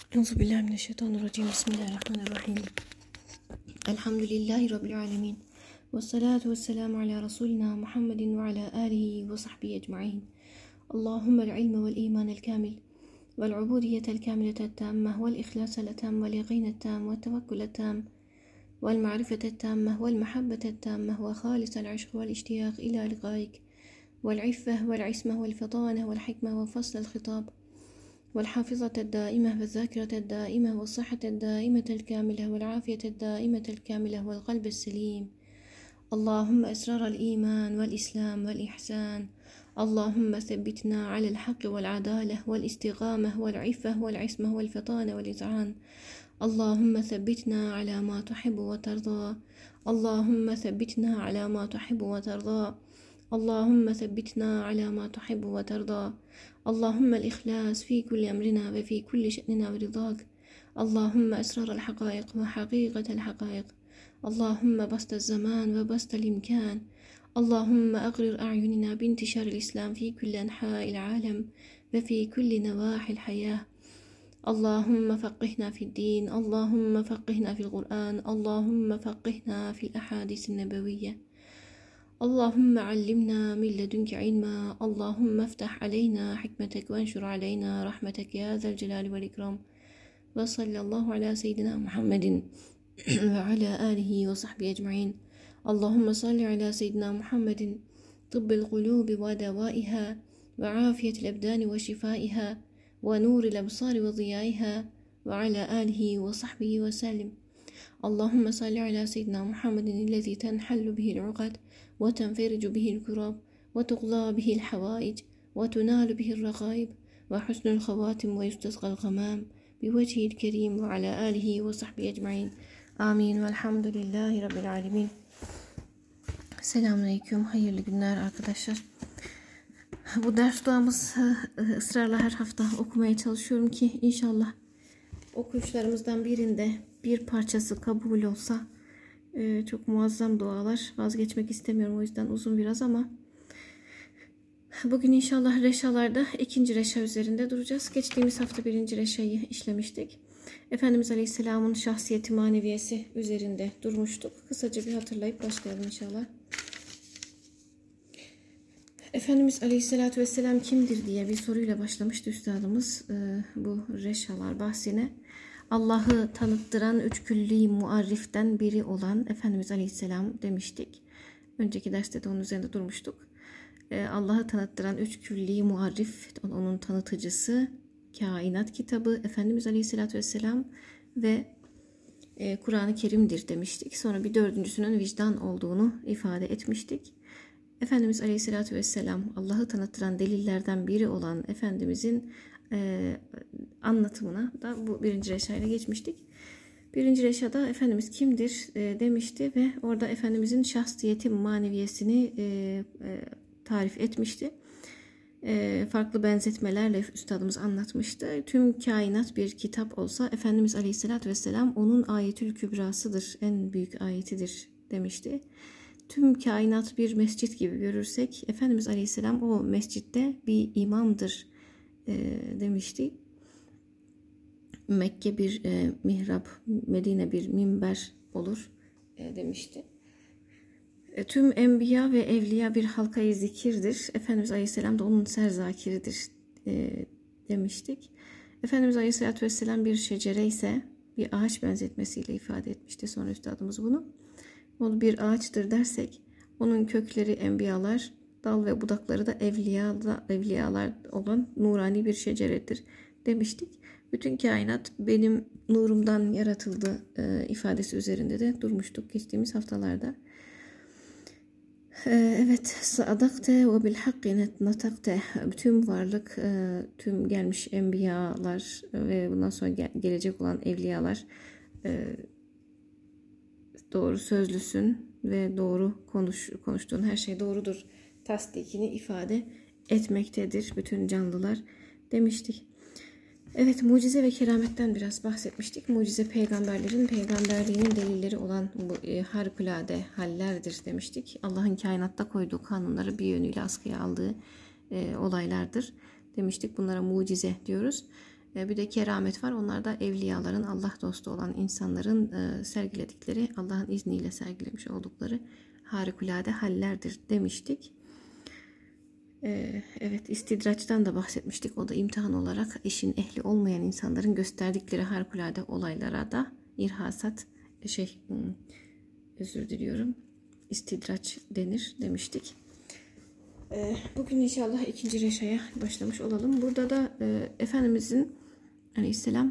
Euzubillahimineşşeytanirracim. Bismillahirrahmanirrahim. Elhamdülillahi Rabbil alemin. Ve salatu ve selamu ala Resulina Muhammedin ve ala alihi ve sahbihi ecma'in. Allahümmel ilme vel imanel kamil. Vel ubudiyetel kamiletel tamme. Vel ihlasel tam. Vel yaqinel tam. Ve tevekkület tam. Vel ma'rifetel tamme. Vel muhabbetel tamme. Ve halisel aşk vel iştiyak ila liqaik. Vel iffeh vel ismeh vel fetane vel hikmeh ve faslel hitab. والحافظة الدائمة والذاكرة الدائمة والصحة الدائمة الكاملة والعافية الدائمة الكاملة والقلب السليم. اللهم أسرار الإيمان والإسلام والإحسان. اللهم ثبتنا على الحق والعدالة والاستقامة والعفة والعصمة والفطانة والإذعان. اللهم ثبتنا على ما تحب وترضى. اللهم ثبتنا على ما تحب وترضى. اللهم ثبتنا على ما تحب وترضى. اللهم الإخلاص في كل أمرنا وفي كل شأننا ورضاك. اللهم أسرار الحقائق وحقيقة الحقائق. اللهم بسط الزمان وبسط الإمكان. اللهم أغرر أعيننا بانتشار الإسلام في كل أنحاء العالم وفي كل نواحي الحياة. اللهم فقهنا في الدين. اللهم فقهنا في القرآن. اللهم فقهنا في الأحاديث النبوية. اللهم علمنا من لدنك علما. اللهم افتح علينا حكمتك وانشر علينا رحمتك يا ذا الجلال والإكرام. وصلى الله على سيدنا محمد وعلى آله وصحبه أجمعين. اللهم صل على سيدنا محمد طب القلوب ودوائها وعافية الأبدان وشفائها ونور الأبصار وضيائها وعلى آله وصحبه وسلم. اللهم صل على سيدنا محمد الذي تنحل به العقد وتنفرج به الكرب وتقضى به الحوائج وتنال به الرغائب وحسن الخواتم ويستسقى الغمام بوجهه الكريم وعلى آله وصحبه أجمعين. Amin. Velhamdülillahi Rabbil alemin. Selamünaleyküm. Hayırlı günler arkadaşlar. Bu ders duamız ısrarla her hafta okumaya çalışıyorum ki inşallah okuyuşlarımızdan birinde bir parçası kabul olsa. Çok muazzam dualar. Vazgeçmek istemiyorum, o yüzden uzun biraz ama bugün inşallah reşalarda ikinci reşa üzerinde duracağız. Geçtiğimiz hafta birinci reşayı işlemiştik. Efendimiz Aleyhisselam'ın şahsiyeti maneviyesi üzerinde durmuştuk. Kısaca bir hatırlayıp başlayalım inşallah. Efendimiz Aleyhisselatü Vesselam kimdir diye bir soruyla başlamıştı üstadımız bu reşalar bahsine. Allah'ı tanıttıran üç külli muarriften biri olan Efendimiz Aleyhisselam demiştik. Önceki derste de onun üzerinde durmuştuk. Allah'ı tanıttıran üç külli muarrif, onun tanıtıcısı, kainat kitabı, Efendimiz Aleyhisselatü Vesselam ve Kur'an-ı Kerim'dir demiştik. Sonra bir dördüncüsünün vicdan olduğunu ifade etmiştik. Efendimiz Aleyhisselatü Vesselam Allah'ı tanıttıran delillerden biri olan Efendimizin anlatımına da bu birinci reşayla geçmiştik. Birinci reşada Efendimiz kimdir demişti ve orada Efendimizin şahsiyeti maneviyesini tarif etmişti. Farklı benzetmelerle üstadımız anlatmıştı. Tüm kainat bir kitap olsa Efendimiz Aleyhisselatü Vesselam onun ayetül kübrasıdır, en büyük ayetidir demişti. Tüm kainat bir mescit gibi görürsek Efendimiz Aleyhisselam o mescitte bir imamdır demişti. Mekke bir mihrap, Medine bir minber olur demişti. Tüm enbiya ve evliya bir halkayı zikirdir. Efendimiz Aleyhisselam da onun serzakiridir demiştik. Efendimiz Aleyhisselatü Vesselam bir şecere ise bir ağaç benzetmesiyle ifade etmişti sonra üstadımız bunu. O bir ağaçtır dersek onun kökleri enbiyalar, dal ve budakları da evliyalar olan nurani bir şeceredir demiştik. Bütün kainat benim nurumdan yaratıldı ifadesi üzerinde de durmuştuk geçtiğimiz haftalarda. Evet, sadakte ve bil hakki natakte, tüm varlık, tüm gelmiş enbiyalar ve bundan sonra gelecek olan evliyalar doğru sözlüsün ve doğru konuştuğun her şey doğrudur tasdikini ifade etmektedir bütün canlılar demiştik. Evet, mucize ve kerametten biraz bahsetmiştik. Mucize peygamberlerin peygamberliğinin delilleri olan bu harikulade hallerdir demiştik. Allah'ın kainatta koyduğu kanunları bir yönüyle askıya aldığı olaylardır demiştik. Bunlara mucize diyoruz. Bir de keramet var. Onlar da evliyaların, Allah dostu olan insanların sergiledikleri, Allah'ın izniyle sergilemiş oldukları harikulade hallerdir demiştik. Evet, istidraçtan da bahsetmiştik. O da imtihan olarak işin ehli olmayan insanların gösterdikleri harikulade olaylara da irhasat, özür diliyorum, istidraç denir demiştik. Bugün inşallah ikinci reşaya başlamış olalım. Burada da Efendimizin Aleyhisselam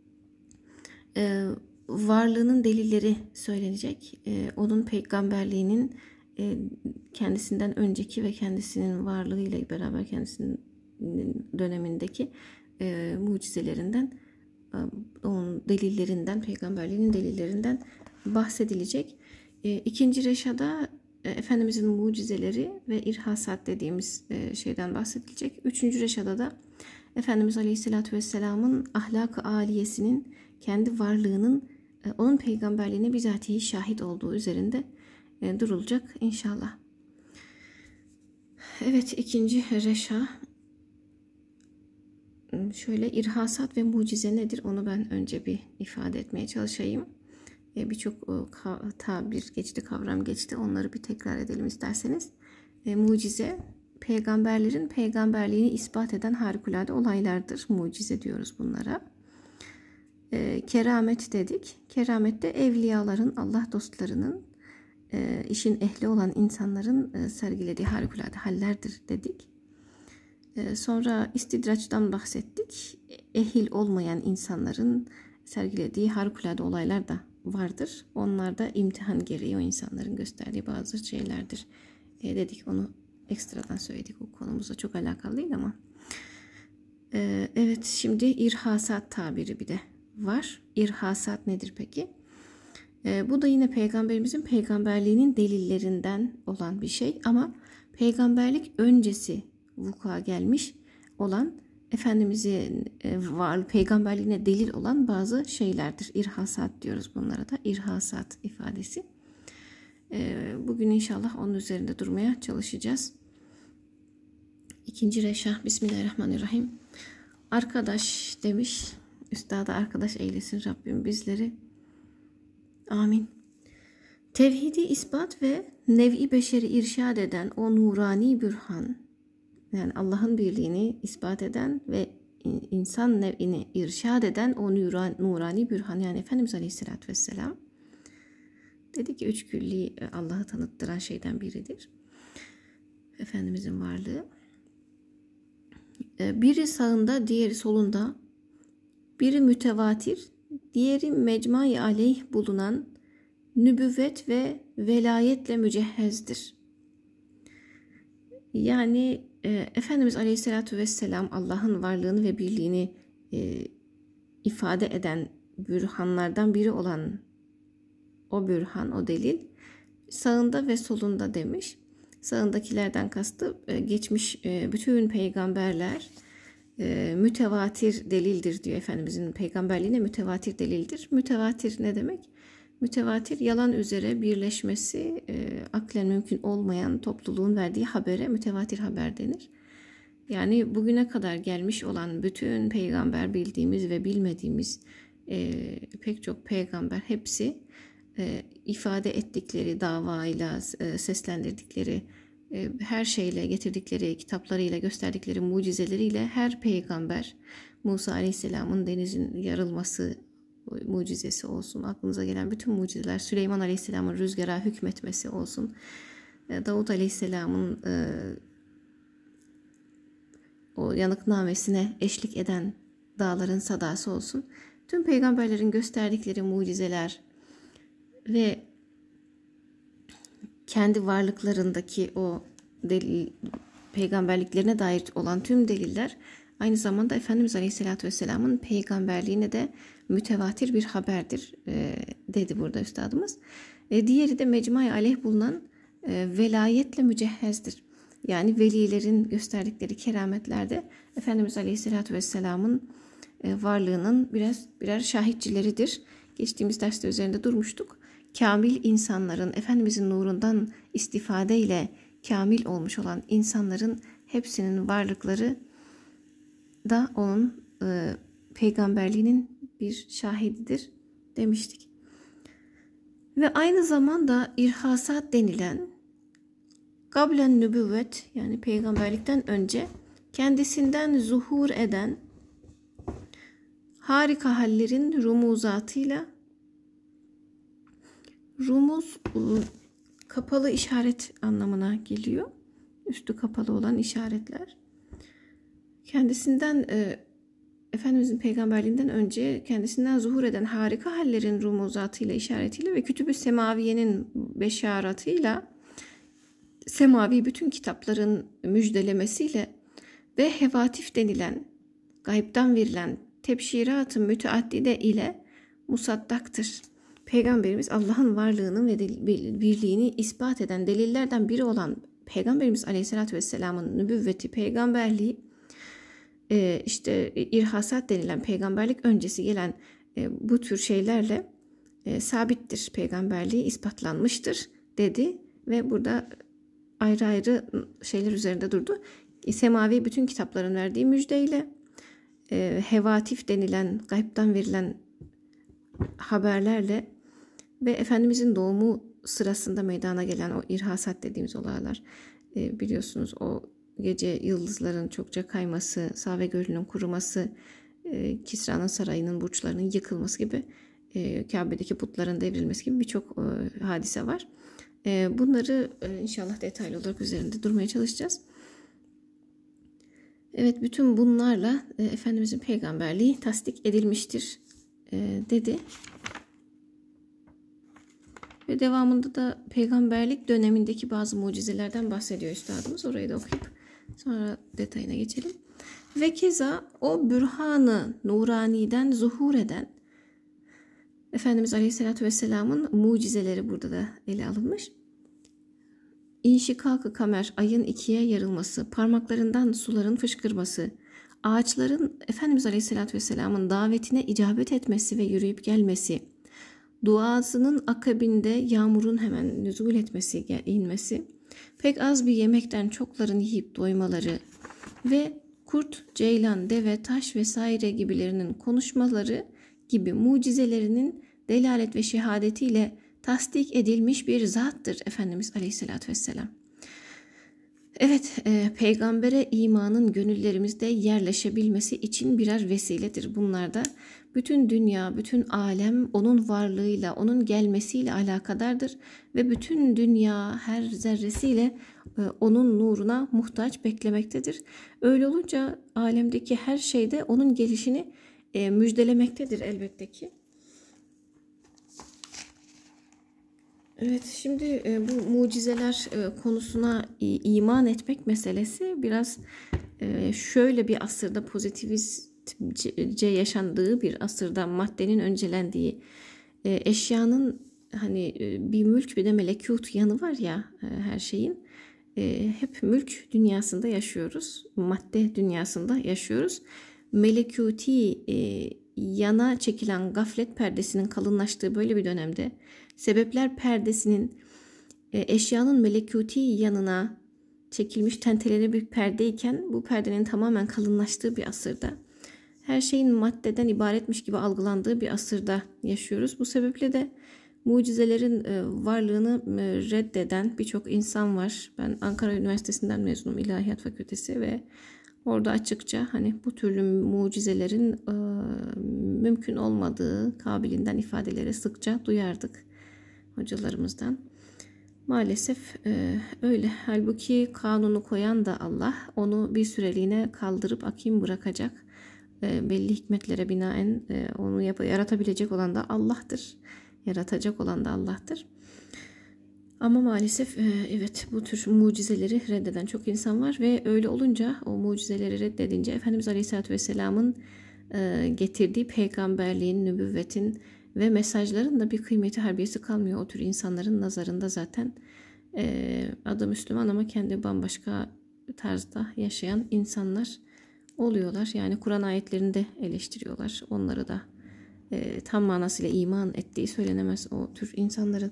varlığının delilleri söylenecek. Onun peygamberliğinin kendisinden önceki ve kendisinin varlığıyla beraber kendisinin dönemindeki mucizelerinden, onun delillerinden, peygamberliğinin delillerinden bahsedilecek. İkinci reşada Efendimizin mucizeleri ve irhasat dediğimiz şeyden bahsedilecek. Üçüncü reşada da Efendimiz Aleyhisselatü Vesselam'ın ahlak-ı âliyesinin, kendi varlığının onun peygamberliğine bizatihi şahit olduğu üzerinde durulacak inşallah. Evet, ikinci reşa. Şöyle, irhasat ve mucize nedir? Onu ben önce bir ifade etmeye çalışayım. Birçok tabir geçti, kavram geçti. Onları bir tekrar edelim isterseniz. Mucize, peygamberlerin peygamberliğini ispat eden harikulade olaylardır. Mucize diyoruz bunlara. Keramet dedik. Keramet de evliyaların, Allah dostlarının, işin ehli olan insanların sergilediği harikulade hallerdir dedik. Sonra istidraçtan bahsettik. Ehil olmayan insanların sergilediği harikulade olaylar da vardır. Onlar da imtihan gereği o insanların gösterdiği bazı şeylerdir dedik. Onu ekstradan söyledik. O konumuzla çok alakalı değil ama. Evet, şimdi irhasat tabiri bir de var. İrhasat nedir peki? Bu da yine peygamberimizin peygamberliğinin delillerinden olan bir şey ama peygamberlik öncesi vuku'a gelmiş olan Efendimizin peygamberliğine delil olan bazı şeylerdir. İrhasat diyoruz bunlara da. İrhasat ifadesi. Bugün inşallah onun üzerinde durmaya çalışacağız. İkinci reşah. Bismillahirrahmanirrahim. Arkadaş demiş. Üstada arkadaş eylesin Rabbim bizleri. Amin. Tevhidi ispat ve nev'i beşeri irşad eden o nurani bürhan, yani Allah'ın birliğini ispat eden ve insan nev'ini irşad eden o nurani bürhan, yani Efendimiz Aleyhisselatü Vesselam, dedi ki üç külli Allah'ı tanıttıran şeyden biridir Efendimizin varlığı. Biri sağında, diğeri solunda, biri mütevatir, diğeri mecmai aleyh bulunan nübüvvet ve velayetle mücehhezdir. Yani Efendimiz Aleyhisselatü Vesselam Allah'ın varlığını ve birliğini ifade eden bürhanlardan biri olan o bürhan, o delil sağında ve solunda demiş. Sağındakilerden kastı geçmiş bütün peygamberler mütevatir delildir diyor. Efendimizin peygamberliğine mütevatir delildir. Mütevatir ne demek? Mütevatir, yalan üzere birleşmesi aklen mümkün olmayan topluluğun verdiği habere mütevatir haber denir. Yani bugüne kadar gelmiş olan bütün peygamber, bildiğimiz ve bilmediğimiz pek çok peygamber, hepsi ifade ettikleri davayla, seslendirdikleri her şeyle, getirdikleri kitaplarıyla, gösterdikleri mucizeleriyle her peygamber, Musa Aleyhisselam'ın denizin yarılması mucizesi olsun, aklınıza gelen bütün mucizeler, Süleyman Aleyhisselam'ın rüzgara hükmetmesi olsun, Davut Aleyhisselam'ın o yanıknamesine eşlik eden dağların sadası olsun, tüm peygamberlerin gösterdikleri mucizeler ve kendi varlıklarındaki o delil, peygamberliklerine dair olan tüm deliller aynı zamanda Efendimiz Aleyhisselatü Vesselam'ın peygamberliğine de mütevatir bir haberdir dedi burada üstadımız. Diğeri de mecmai aleyh bulunan velayetle mücehhezdir. Yani velilerin gösterdikleri kerametlerde Efendimiz Aleyhisselatü Vesselam'ın varlığının birer şahitçileridir. Geçtiğimiz derste üzerinde durmuştuk. Kamil insanların, Efendimizin nurundan istifadeyle kamil olmuş olan insanların hepsinin varlıkları da onun peygamberliğinin bir şahididir demiştik. Ve aynı zamanda irhasat denilen kablen nübüvvet, yani peygamberlikten önce kendisinden zuhur eden harika hallerin rumuzatıyla, rumuz kapalı işaret anlamına geliyor. Üstü kapalı olan işaretler. Kendisinden Efendimizin peygamberliğinden önce kendisinden zuhur eden harika hallerin rumuzatıyla, işaretiyle ve kütüb-ü semaviyenin beşaratıyla, semavi bütün kitapların müjdelemesiyle ve hevatif denilen gaybden verilen tebşirat-ı müteaddide ile musaddaktır. Peygamberimiz Allah'ın varlığını ve birliğini ispat eden delillerden biri olan Peygamberimiz Aleyhisselatü Vesselam'ın nübüvveti, peygamberliği, işte irhasat denilen peygamberlik öncesi gelen bu tür şeylerle sabittir. Peygamberliği ispatlanmıştır dedi ve burada ayrı ayrı şeyler üzerinde durdu. Semavi bütün kitapların verdiği müjdeyle, hevatif denilen gaybden verilen haberlerle ve Efendimizin doğumu sırasında meydana gelen o irhasat dediğimiz olaylar, biliyorsunuz o gece yıldızların çokça kayması, Save Gölü'nün kuruması, Kisra'nın sarayının burçlarının yıkılması gibi, Kabe'deki putların devrilmesi gibi birçok hadise var. Bunları inşallah detaylı olarak üzerinde durmaya çalışacağız. Evet, bütün bunlarla Efendimizin peygamberliği tasdik edilmiştir dedi. Ve devamında da peygamberlik dönemindeki bazı mucizelerden bahsediyor üstadımız. Orayı da okuyup sonra detayına geçelim. Ve keza o bürhanı nuraniden zuhur eden Efendimiz Aleyhisselatü Vesselam'ın mucizeleri burada da ele alınmış. İnşikak-ı kamer, ayın ikiye yarılması, parmaklarından suların fışkırması, ağaçların Efendimiz Aleyhisselatü Vesselam'ın davetine icabet etmesi ve yürüyüp gelmesi, duasının akabinde yağmurun hemen nüzul etmesi, inmesi, pek az bir yemekten çokların yiyip doymaları ve kurt, ceylan, deve, taş vesaire gibilerinin konuşmaları gibi mucizelerinin delalet ve şehadetiyle tasdik edilmiş bir zattır Efendimiz Aleyhisselatü Vesselam. Evet, peygambere imanın gönüllerimizde yerleşebilmesi için birer vesiledir. Bunlar da bütün dünya, bütün alem onun varlığıyla, onun gelmesiyle alakadardır ve bütün dünya her zerresiyle onun nuruna muhtaç beklemektedir. Öyle olunca alemdeki her şeyde onun gelişini müjdelemektedir elbette ki. Evet, şimdi bu mucizeler konusuna iman etmek meselesi biraz şöyle bir asırda, pozitivistçe yaşandığı bir asırda, maddenin öncelendiği, eşyanın hani bir mülk bir de melekut yanı var ya her şeyin. Hep mülk dünyasında yaşıyoruz, madde dünyasında yaşıyoruz. Melekuti yana çekilen gaflet perdesinin kalınlaştığı böyle bir dönemde, sebepler perdesinin eşyanın melekuti yanına çekilmiş tenteleli bir perdeyken, bu perdenin tamamen kalınlaştığı bir asırda, her şeyin maddeden ibaretmiş gibi algılandığı bir asırda yaşıyoruz. Bu sebeple de mucizelerin varlığını reddeden birçok insan var. Ben Ankara Üniversitesi'nden mezunum, İlahiyat Fakültesi, ve orada açıkça hani bu türlü mucizelerin mümkün olmadığı kabiliğinden ifadeleri sıkça duyardık hocalarımızdan. Maalesef öyle. Halbuki kanunu koyan da Allah, onu bir süreliğine kaldırıp akim bırakacak. Belli hikmetlere binaen onu yaratabilecek olan da Allah'tır. Yaratacak olan da Allah'tır. Ama maalesef evet, bu tür mucizeleri reddeden çok insan var ve öyle olunca, o mucizeleri reddedince Efendimiz Aleyhisselatü Vesselam'ın getirdiği peygamberliğin, nübüvvetin ve mesajların da bir kıymeti harbiyesi kalmıyor. O tür insanların nazarında zaten adı Müslüman ama kendi bambaşka tarzda yaşayan insanlar oluyorlar. Yani Kur'an ayetlerini de eleştiriyorlar. Onları da tam manasıyla iman ettiği söylenemez o tür insanların.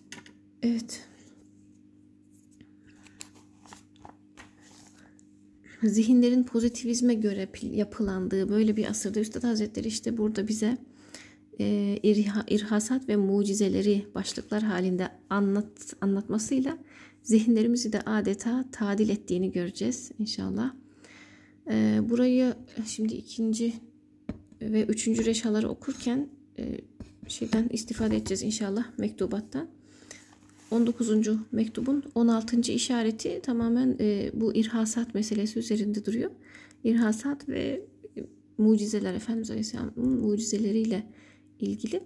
Evet. zihinlerin pozitivizme göre yapılandığı böyle bir asırda Üstad Hazretleri işte burada bize irhasat ve mucizeleri başlıklar halinde anlatmasıyla zihinlerimizi de adeta tadil ettiğini göreceğiz inşallah. Burayı şimdi ikinci ve üçüncü reşaları okurken şeyden istifade edeceğiz inşallah, mektubattan. 19. mektubun 16. işareti tamamen bu irhasat meselesi üzerinde duruyor. İrhasat ve mucizeler, Efendimiz Aleyhisselam'ın mucizeleriyle ilgili.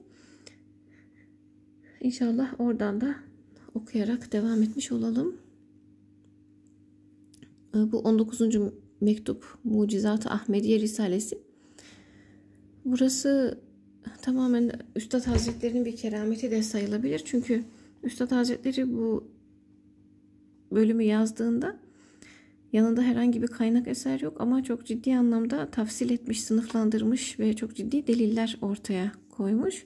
İnşallah oradan da okuyarak devam etmiş olalım. Bu 19. mektup Mucizat-ı Ahmediye Risalesi. Burası tamamen Üstad Hazretleri'nin bir kerameti de sayılabilir. Çünkü Üstad Hazretleri bu bölümü yazdığında yanında herhangi bir kaynak eser yok ama çok ciddi anlamda tafsil etmiş, sınıflandırmış ve çok ciddi deliller ortaya koymuş.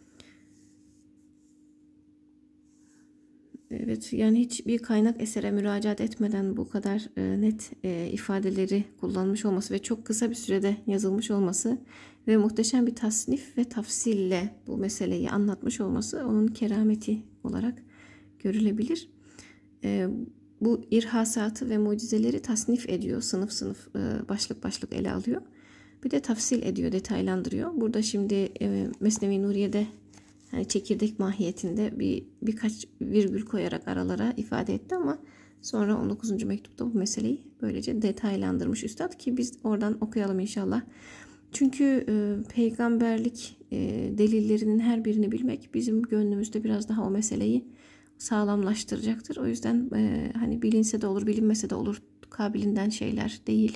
Evet, yani hiçbir kaynak esere müracaat etmeden bu kadar net ifadeleri kullanmış olması ve çok kısa bir sürede yazılmış olması ve muhteşem bir tasnif ve tafsille bu meseleyi anlatmış olması onun kerameti olarak görülebilir. Bu irhasatı ve mucizeleri tasnif ediyor, sınıf sınıf, başlık başlık ele alıyor. Bir de tafsil ediyor, detaylandırıyor. Burada şimdi Mesnevi Nuriye'de yani çekirdek mahiyetinde birkaç virgül koyarak aralara ifade etti ama sonra 19. mektupta bu meseleyi böylece detaylandırmış üstad ki biz oradan okuyalım inşallah. Çünkü peygamberlik delillerinin her birini bilmek bizim gönlümüzde biraz daha o meseleyi sağlamlaştıracaktır. O yüzden hani bilinse de olur, bilinmese de olur kabilinden şeyler değil.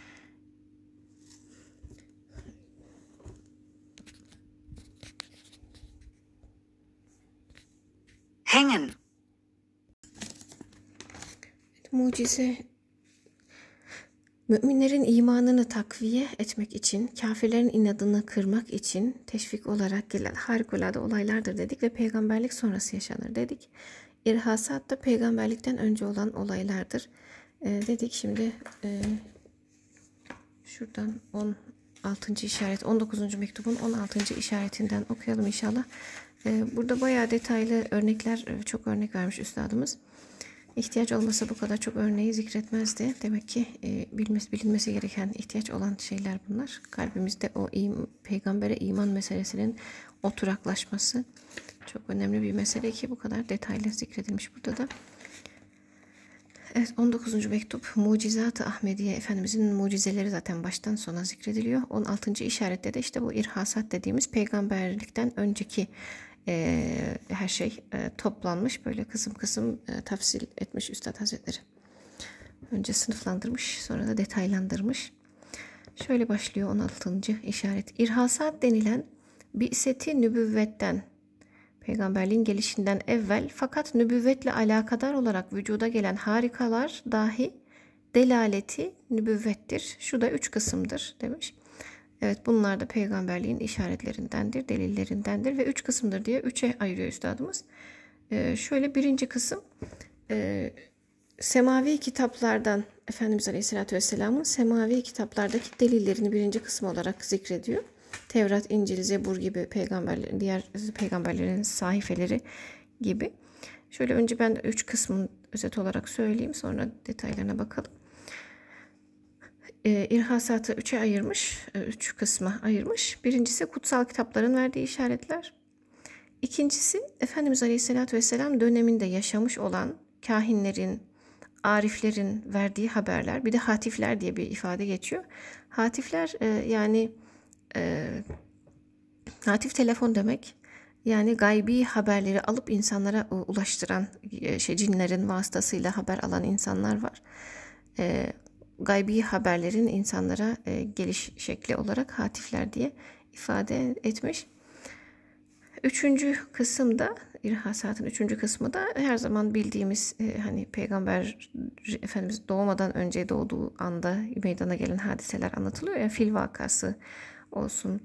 Hängen. Mucize, müminlerin imanını takviye etmek için, kafirlerin inadını kırmak için teşvik olarak gelen harikulade olaylardır dedik ve peygamberlik sonrası yaşanır dedik. İrhasat da peygamberlikten önce olan olaylardır dedik. Şimdi şuradan 16. işaret, 19. mektubun 16. işaretinden okuyalım inşallah. Burada bayağı detaylı örnekler, çok örnek vermiş üstadımız. İhtiyaç olmasa bu kadar çok örneği zikretmezdi. Demek ki bilinmesi gereken, ihtiyaç olan şeyler bunlar. Kalbimizde o peygambere iman meselesinin oturaklaşması çok önemli bir mesele ki bu kadar detaylı zikredilmiş burada da. Evet, 19. mektup Mucizat-ı Ahmediye, Efendimizin mucizeleri zaten baştan sona zikrediliyor. 16. işarette de işte bu irhasat dediğimiz peygamberlikten önceki her şey toplanmış, böyle kısım kısım tafsil etmiş Üstad Hazretleri. Önce sınıflandırmış, sonra da detaylandırmış. Şöyle başlıyor 16. işaret. İrhasat denilen bi'seti nübüvvetten, peygamberliğin gelişinden evvel fakat nübüvvetle alakadar olarak vücuda gelen harikalar dahi delaleti nübüvvettir. Şu da 3 kısımdır demiş. Evet, bunlar da peygamberliğin işaretlerindendir, delillerindendir ve 3 kısımdır diye 3'e ayırıyor üstadımız. Şöyle birinci kısım semavi kitaplardan Efendimiz Aleyhisselatü Vesselam'ın semavi kitaplardaki delillerini birinci kısım olarak zikrediyor. Tevrat, İncil, Zebur gibi diğer peygamberlerin sahifeleri gibi. Şöyle önce ben 3 kısmını özet olarak söyleyeyim, sonra detaylarına bakalım. İrhasatı 3'e ayırmış, 3 kısma ayırmış. Birincisi kutsal kitapların verdiği işaretler. İkincisi Efendimiz Aleyhisselatü Vesselam döneminde yaşamış olan kahinlerin, ariflerin verdiği haberler. Bir de hatifler diye bir ifade geçiyor. Hatifler yani hatif telefon demek. Yani gaybi haberleri alıp insanlara ulaştıran cinlerin vasıtasıyla haber alan insanlar var. Gaybi haberlerin insanlara geliş şekli olarak hatifler diye ifade etmiş. Üçüncü kısımda, irhasatın üçüncü kısmı da her zaman bildiğimiz hani Peygamber Efendimiz doğmadan önce doğduğu anda meydana gelen hadiseler anlatılıyor ya, fil vakası olsun,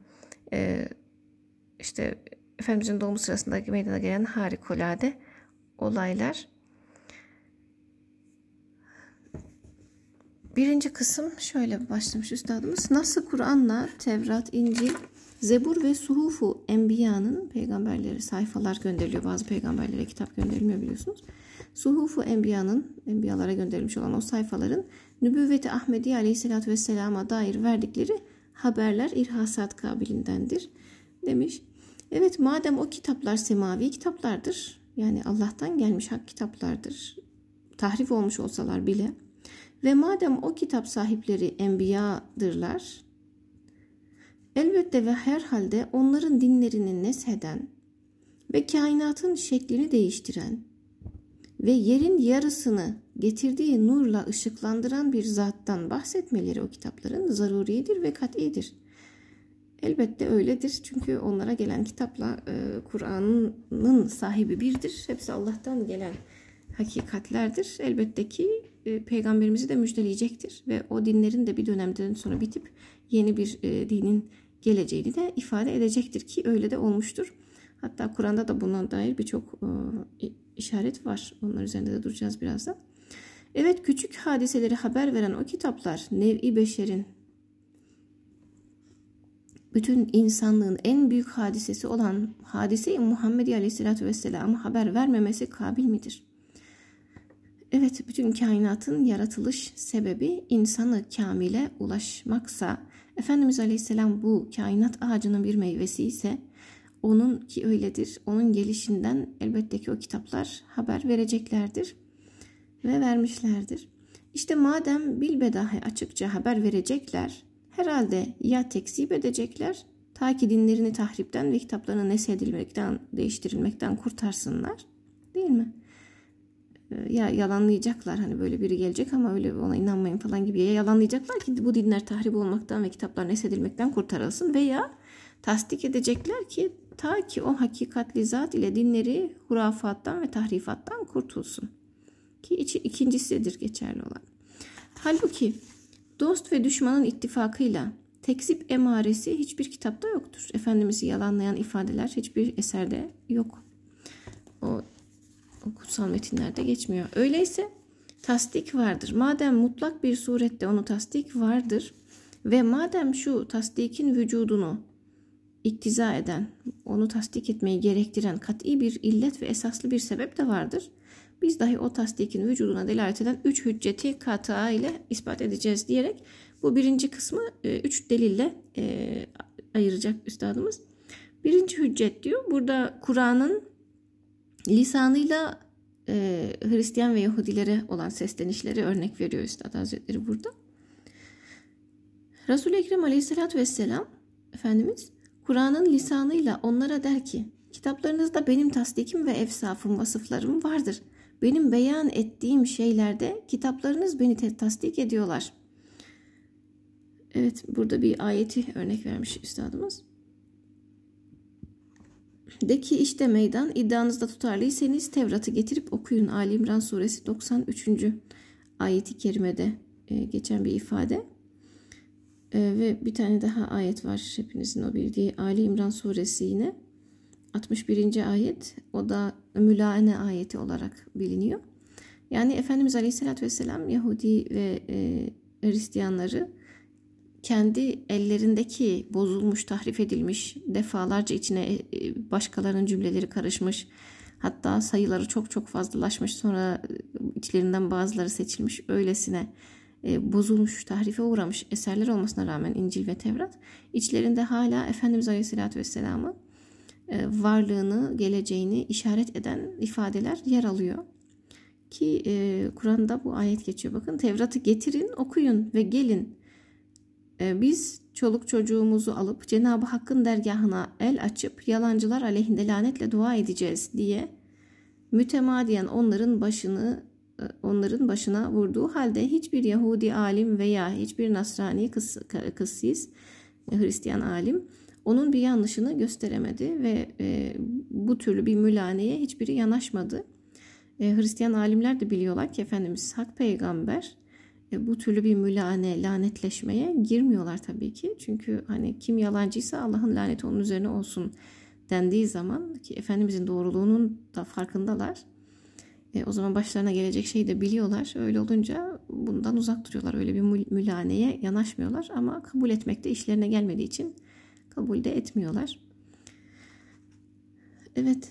işte Efendimizin doğumu sırasında meydana gelen harikulade olaylar. birinci kısım şöyle başlamış üstadımız. Nasıl Kur'an'la Tevrat, İncil, Zebur ve Suhufu Enbiya'nın peygamberleri sayfalar gönderiliyor. Bazı peygamberlere kitap gönderilmiyor biliyorsunuz. Suhufu Enbiya'nın enbiyalara gönderilmiş olan o sayfaların Nübüvvet-i Ahmediye Aleyhisselatü Vesselam'a dair verdikleri haberler irhasat kabilindendir demiş. Evet, madem o kitaplar semavi kitaplardır, yani Allah'tan gelmiş hak kitaplardır, tahrif olmuş olsalar bile ve madem o kitap sahipleri enbiyadırlar, elbette ve herhalde onların dinlerini nesheden ve kainatın şeklini değiştiren ve yerin yarısını getirdiği nurla ışıklandıran bir zattan bahsetmeleri o kitapların zaruridir ve kat'idir. Elbette öyledir. Çünkü onlara gelen kitapla Kur'an'ın sahibi birdir. Hepsi Allah'tan gelen hakikatlerdir. Elbette ki peygamberimizi de müjdeleyecektir. Ve o dinlerin de bir dönemden sonra bitip yeni bir dinin geleceğini de ifade edecektir ki öyle de olmuştur. Hatta Kur'an'da da buna dair birçok işaret var. Onlar üzerinde de duracağız birazdan. Evet, küçük hadiseleri haber veren o kitaplar nev-i beşerin, bütün insanlığın en büyük hadisesi olan hadise-i Muhammedi Aleyhisselatü Vesselam'ı haber vermemesi kabil midir? Evet, bütün kainatın yaratılış sebebi insanı kamile ulaşmaksa, Efendimiz Aleyhisselam bu kainat ağacının bir meyvesi ise, onun ki öyledir, onun gelişinden elbette ki o kitaplar haber vereceklerdir ve vermişlerdir. İşte madem bilbedahe açıkça haber verecekler, herhalde ya tekzip edecekler ta ki dinlerini tahripten ve kitaplarını neshedilmekten, değiştirilmekten kurtarsınlar, değil mi? Ya yalanlayacaklar, hani böyle biri gelecek ama öyle ona inanmayın falan gibi, ya yalanlayacaklar ki bu dinler tahrip olmaktan ve kitaplar neshedilmekten kurtarılsın, veya tasdik edecekler ki ta ki o hakikatli zat ile dinleri hurafattan ve tahrifattan kurtulsun, ki ikincisidir geçerli olan. Halbuki dost ve düşmanın ittifakıyla tekzip emaresi hiçbir kitapta yoktur. Efendimiz'i yalanlayan ifadeler hiçbir eserde yok. O kutsal metinlerde geçmiyor. Öyleyse tasdik vardır. Madem mutlak bir surette onu tasdik vardır ve madem şu tasdikin vücudunu iktiza eden, onu tasdik etmeyi gerektiren kat'i bir illet ve esaslı bir sebep de vardır, biz dahi o tasdikin vücuduna delalet eden 3 hücceti kata ile ispat edeceğiz diyerek bu birinci kısmı 3 delille ayıracak üstadımız. Birinci hüccet diyor. Burada Kur'an'ın lisanıyla Hristiyan ve Yahudilere olan seslenişleri örnek veriyor Üstad Hazretleri burada. Resul-i Ekrem Aleyhisselatü Vesselam Efendimiz Kur'an'ın lisanıyla onlara der ki, kitaplarınızda benim tasdikim ve evsafım, vasıflarım vardır. Benim beyan ettiğim şeylerde kitaplarınız beni tasdik ediyorlar. Evet, burada bir ayeti örnek vermiş üstadımız. De ki işte meydan, iddianızda tutarlıysanız Tevrat'ı getirip okuyun. Ali İmran suresi 93. ayeti kerimede geçen bir ifade. Ve bir tane daha ayet var, hepinizin o bildiği Ali İmran suresi yine 61. ayet, o da mülaene ayeti olarak biliniyor. Yani Efendimiz Aleyhisselatü Vesselam Yahudi ve Hristiyanları kendi ellerindeki bozulmuş, tahrif edilmiş, defalarca içine başkalarının cümleleri karışmış, hatta sayıları çok çok fazlalaşmış, sonra içlerinden bazıları seçilmiş, öylesine bozulmuş, tahrife uğramış eserler olmasına rağmen İncil ve Tevrat, içlerinde hala Efendimiz Aleyhisselatü Vesselam'ı varlığını, geleceğini işaret eden ifadeler yer alıyor. Ki Kur'an'da bu ayet geçiyor. Bakın, Tevrat'ı getirin, okuyun ve gelin. Biz çoluk çocuğumuzu alıp Cenab-ı Hakk'ın dergahına el açıp yalancılar aleyhinde lanetle dua edeceğiz diye mütemadiyen onların başına vurduğu halde hiçbir Yahudi alim veya hiçbir Nasrani kıssis, Hristiyan alim onun bir yanlışını gösteremedi ve bu türlü bir mülaneye hiçbiri yanaşmadı. Hristiyan alimler de biliyorlar ki Efendimiz hak peygamber, bu türlü bir mülane, lanetleşmeye girmiyorlar tabii ki. Çünkü hani kim yalancıysa Allah'ın laneti onun üzerine olsun dendiği zaman, ki Efendimizin doğruluğunun da farkındalar. O zaman başlarına gelecek şeyi de biliyorlar. Öyle olunca bundan uzak duruyorlar. Öyle bir mülaneye yanaşmıyorlar ama kabul etmek de işlerine gelmediği için kabul de etmiyorlar. Evet.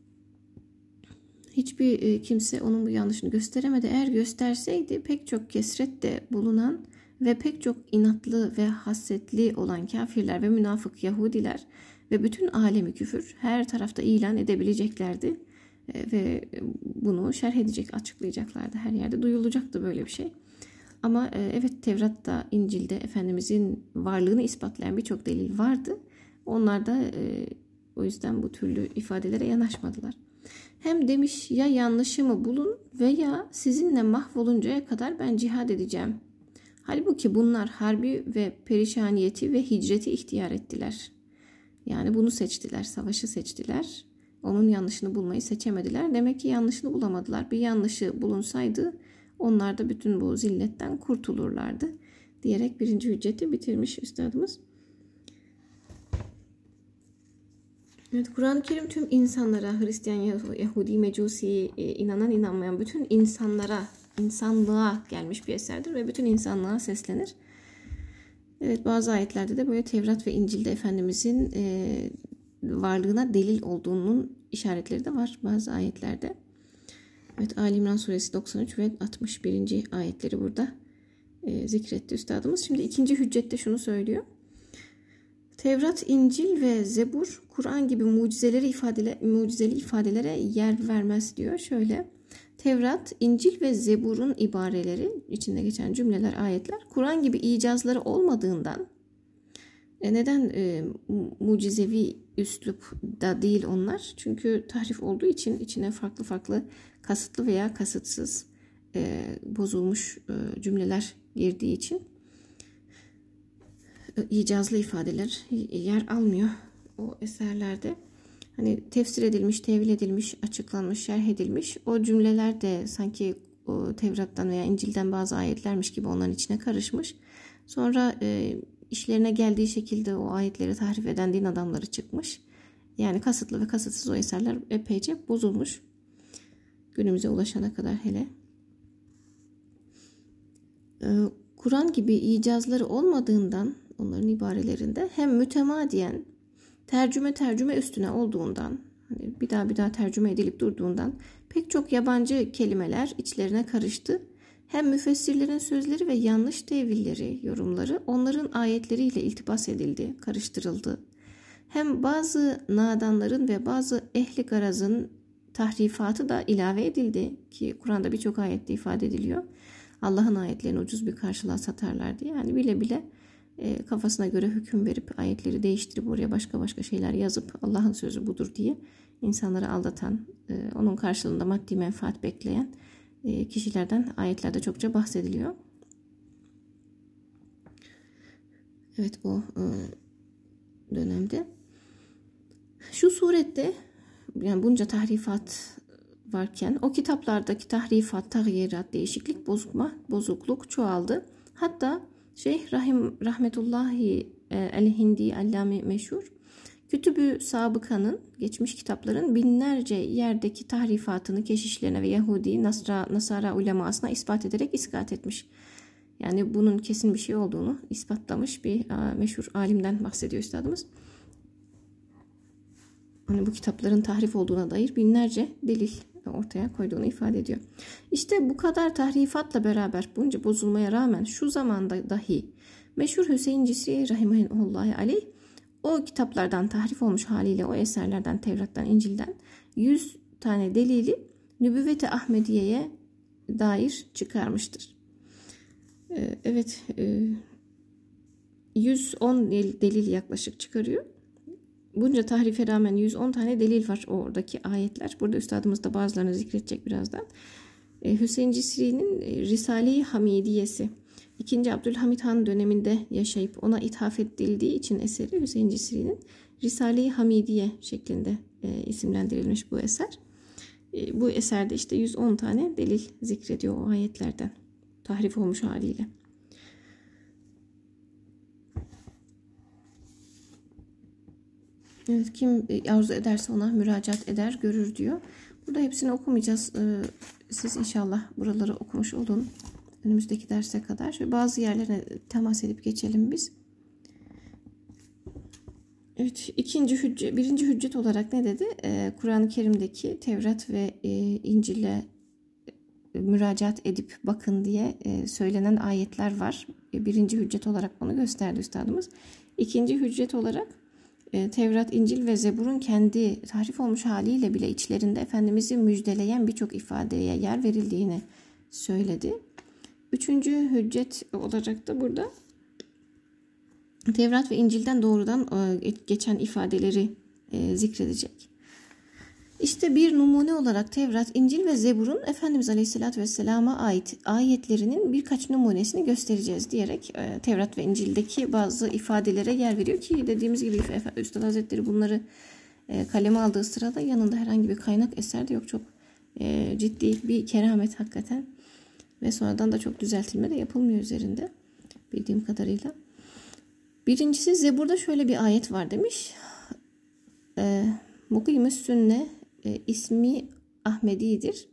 Hiçbir kimse onun bu yanlışını gösteremedi. Eğer gösterseydi pek çok kesrette bulunan ve pek çok inatlı ve hasetli olan kafirler ve münafık Yahudiler ve bütün alemi küfür her tarafta ilan edebileceklerdi. Ve bunu şerh edecek, açıklayacaklardı. Her yerde duyulacaktı böyle bir şey. Ama evet, Tevrat'ta, İncil'de Efendimizin varlığını ispatlayan birçok delil vardı. Onlar da o yüzden bu türlü ifadelere yanaşmadılar. Hem demiş, ya yanlışımı bulun veya sizinle mahvoluncaya kadar ben cihad edeceğim. Halbuki bunlar harbi ve perişaniyeti ve hicreti ihtiyar ettiler. Yani bunu seçtiler, savaşı seçtiler. Onun yanlışını bulmayı seçemediler. Demek ki yanlışını bulamadılar. Bir yanlışı bulunsaydı onlar da bütün bu zilletten kurtulurlardı diyerek birinci hücceti bitirmiş üstadımız. Evet, Kur'an-ı Kerim tüm insanlara, Hristiyan, Yahudi, Mecusi, inanan inanmayan bütün insanlara, insanlığa gelmiş bir eserdir ve bütün insanlığa seslenir. Evet, bazı ayetlerde de böyle Tevrat ve İncil'de Efendimizin varlığına delil olduğunun işaretleri de var bazı ayetlerde. Evet, Ali İmran suresi 93 ve 61. ayetleri burada zikretti üstadımız. Şimdi ikinci hüccette şunu söylüyor. Tevrat, İncil ve Zebur Kur'an gibi mucizeli ifadelere yer vermez diyor. Şöyle, Tevrat, İncil ve Zebur'un ibareleri, içinde geçen cümleler, ayetler Kur'an gibi icazları olmadığından neden mucizevi üslupta değil onlar? Çünkü tahrif olduğu için içine farklı farklı kasıtlı veya kasıtsız bozulmuş cümleler girdiği için icazlı ifadeler yer almıyor o eserlerde. Hani tefsir edilmiş, tevil edilmiş, açıklanmış, şerh edilmiş o cümleler de sanki o Tevrat'tan veya İncil'den bazı ayetlermiş gibi onların içine karışmış. Sonra işlerine geldiği şekilde o ayetleri tahrif eden din adamları çıkmış. Yani kasıtlı ve kasıtsız o eserler epeyce bozulmuş. Günümüze ulaşana kadar hele. Kur'an gibi icazları olmadığından onların ibarelerinde hem mütemadiyen tercüme üstüne olduğundan, hani bir daha tercüme edilip durduğundan pek çok yabancı kelimeler içlerine karıştı. Hem müfessirlerin sözleri ve yanlış tevilleri, yorumları onların ayetleriyle iltibas edildi, karıştırıldı. Hem bazı nadanların ve bazı ehli garazın tahrifatı da ilave edildi ki Kur'an'da birçok ayette ifade ediliyor. Allah'ın ayetlerini ucuz bir karşılığa satarlar diye. Yani bile bile kafasına göre hüküm verip ayetleri değiştirip oraya başka şeyler yazıp Allah'ın sözü budur diye insanları aldatan, onun karşılığında maddi menfaat bekleyen kişilerden ayetlerde çokça bahsediliyor. Evet, o dönemde. Şu surette yani bunca tahrifat varken o kitaplardaki tahrifat, tagyirat, değişiklik, bozukluk çoğaldı. Hatta Şeyh Rahmetullahi el-Hindi Allame meşhur Kütüb-ü Sabıka'nın, geçmiş kitapların binlerce yerdeki tahrifatını keşişlerine ve Yahudi, Nasara ulemasına ispat ederek iskat etmiş. Yani bunun kesin bir şey olduğunu ispatlamış bir meşhur alimden bahsediyor üstadımız. Hani bu kitapların tahrif olduğuna dair binlerce delil ortaya koyduğunu ifade ediyor. İşte bu kadar tahrifatla beraber bunca bozulmaya rağmen şu zamanda dahi meşhur Hüseyin Cisri rahimehullahi aleyh o kitaplardan tahrif olmuş haliyle o eserlerden Tevrat'tan, İncil'den 100 tane delili Nübüvvet-i Ahmediye'ye dair çıkarmıştır. Evet, 110 delil yaklaşık çıkarıyor. Bunca tahrife rağmen 110 tane delil var oradaki ayetler. Burada üstadımız da bazılarını zikredecek birazdan. Hüseyin Cisri'nin Risale-i Hamidiyesi. 2. Abdülhamit Han döneminde yaşayıp ona ithaf edildiği için eseri Hüseyin Cisri'nin Risale-i Hamidiye şeklinde isimlendirilmiş bu eser. Bu eserde işte 110 tane delil zikrediyor o ayetlerden. Tahrif olmuş haliyle. Evet, kim arzu ederse ona müracaat eder, görür diyor. Burada hepsini okumayacağız. Siz inşallah buraları okumuş olun. önümüzdeki derse kadar. Şöyle bazı yerlere temas edip geçelim biz. Evet, birinci hüccet olarak ne dedi? Kur'an-ı Kerim'deki Tevrat ve İncil'e müracaat edip bakın diye söylenen ayetler var. Birinci hüccet olarak bunu gösterdi üstadımız. İkinci hüccet olarak Tevrat, İncil ve Zebur'un kendi tahrif olmuş haliyle bile içlerinde Efendimiz'i müjdeleyen birçok ifadeye yer verildiğini söyledi. Üçüncü hüccet olarak da burada Tevrat ve İncil'den doğrudan geçen ifadeleri zikredecek. İşte bir numune olarak Tevrat, İncil ve Zebur'un Efendimiz Aleyhisselatü Vesselam'a ait ayetlerinin birkaç numunesini göstereceğiz diyerek Tevrat ve İncil'deki bazı ifadelere yer veriyor ki dediğimiz gibi Üstad Hazretleri bunları kaleme aldığı sırada yanında herhangi bir kaynak eser de yok. Çok ciddi bir keramet hakikaten ve sonradan da çok düzeltilme de yapılmıyor üzerinde bildiğim kadarıyla. Birincisi Zebur'da şöyle bir ayet var demiş. Mukimü's sünne ismi Ahmedi'dir.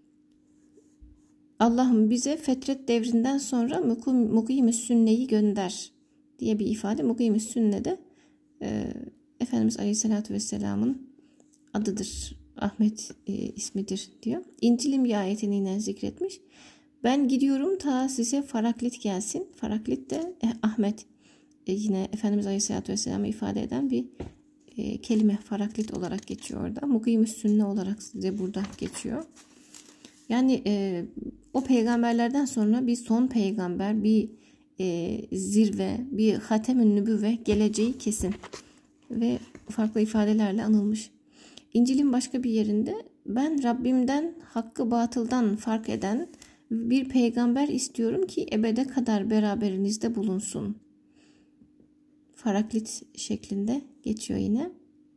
Allah'ım bize fetret devrinden sonra Mukimü's sünneyi gönder diye bir ifade. Mukimü's sünne de Efendimiz Aleyhisselatü Vesselam'ın adıdır. Ahmet ismidir diyor. İncil'in bir ayetini yine zikretmiş. Ben gidiyorum ta size Faraklit gelsin. Faraklit de Ahmet. Yine Efendimiz Aleyhisselatü Vesselam'ı ifade eden bir kelime Faraklit olarak geçiyor orada. Mukimü's sünne olarak size burada geçiyor. Yani o peygamberlerden sonra bir son peygamber, bir zirve, bir hatem-ün nübüvve geleceği kesin. Ve farklı ifadelerle anılmış. İncil'in başka bir yerinde ben Rabbimden hakkı batıldan fark eden bir peygamber istiyorum ki ebede kadar beraberinizde bulunsun. Faraklit şeklinde geçiyor yine.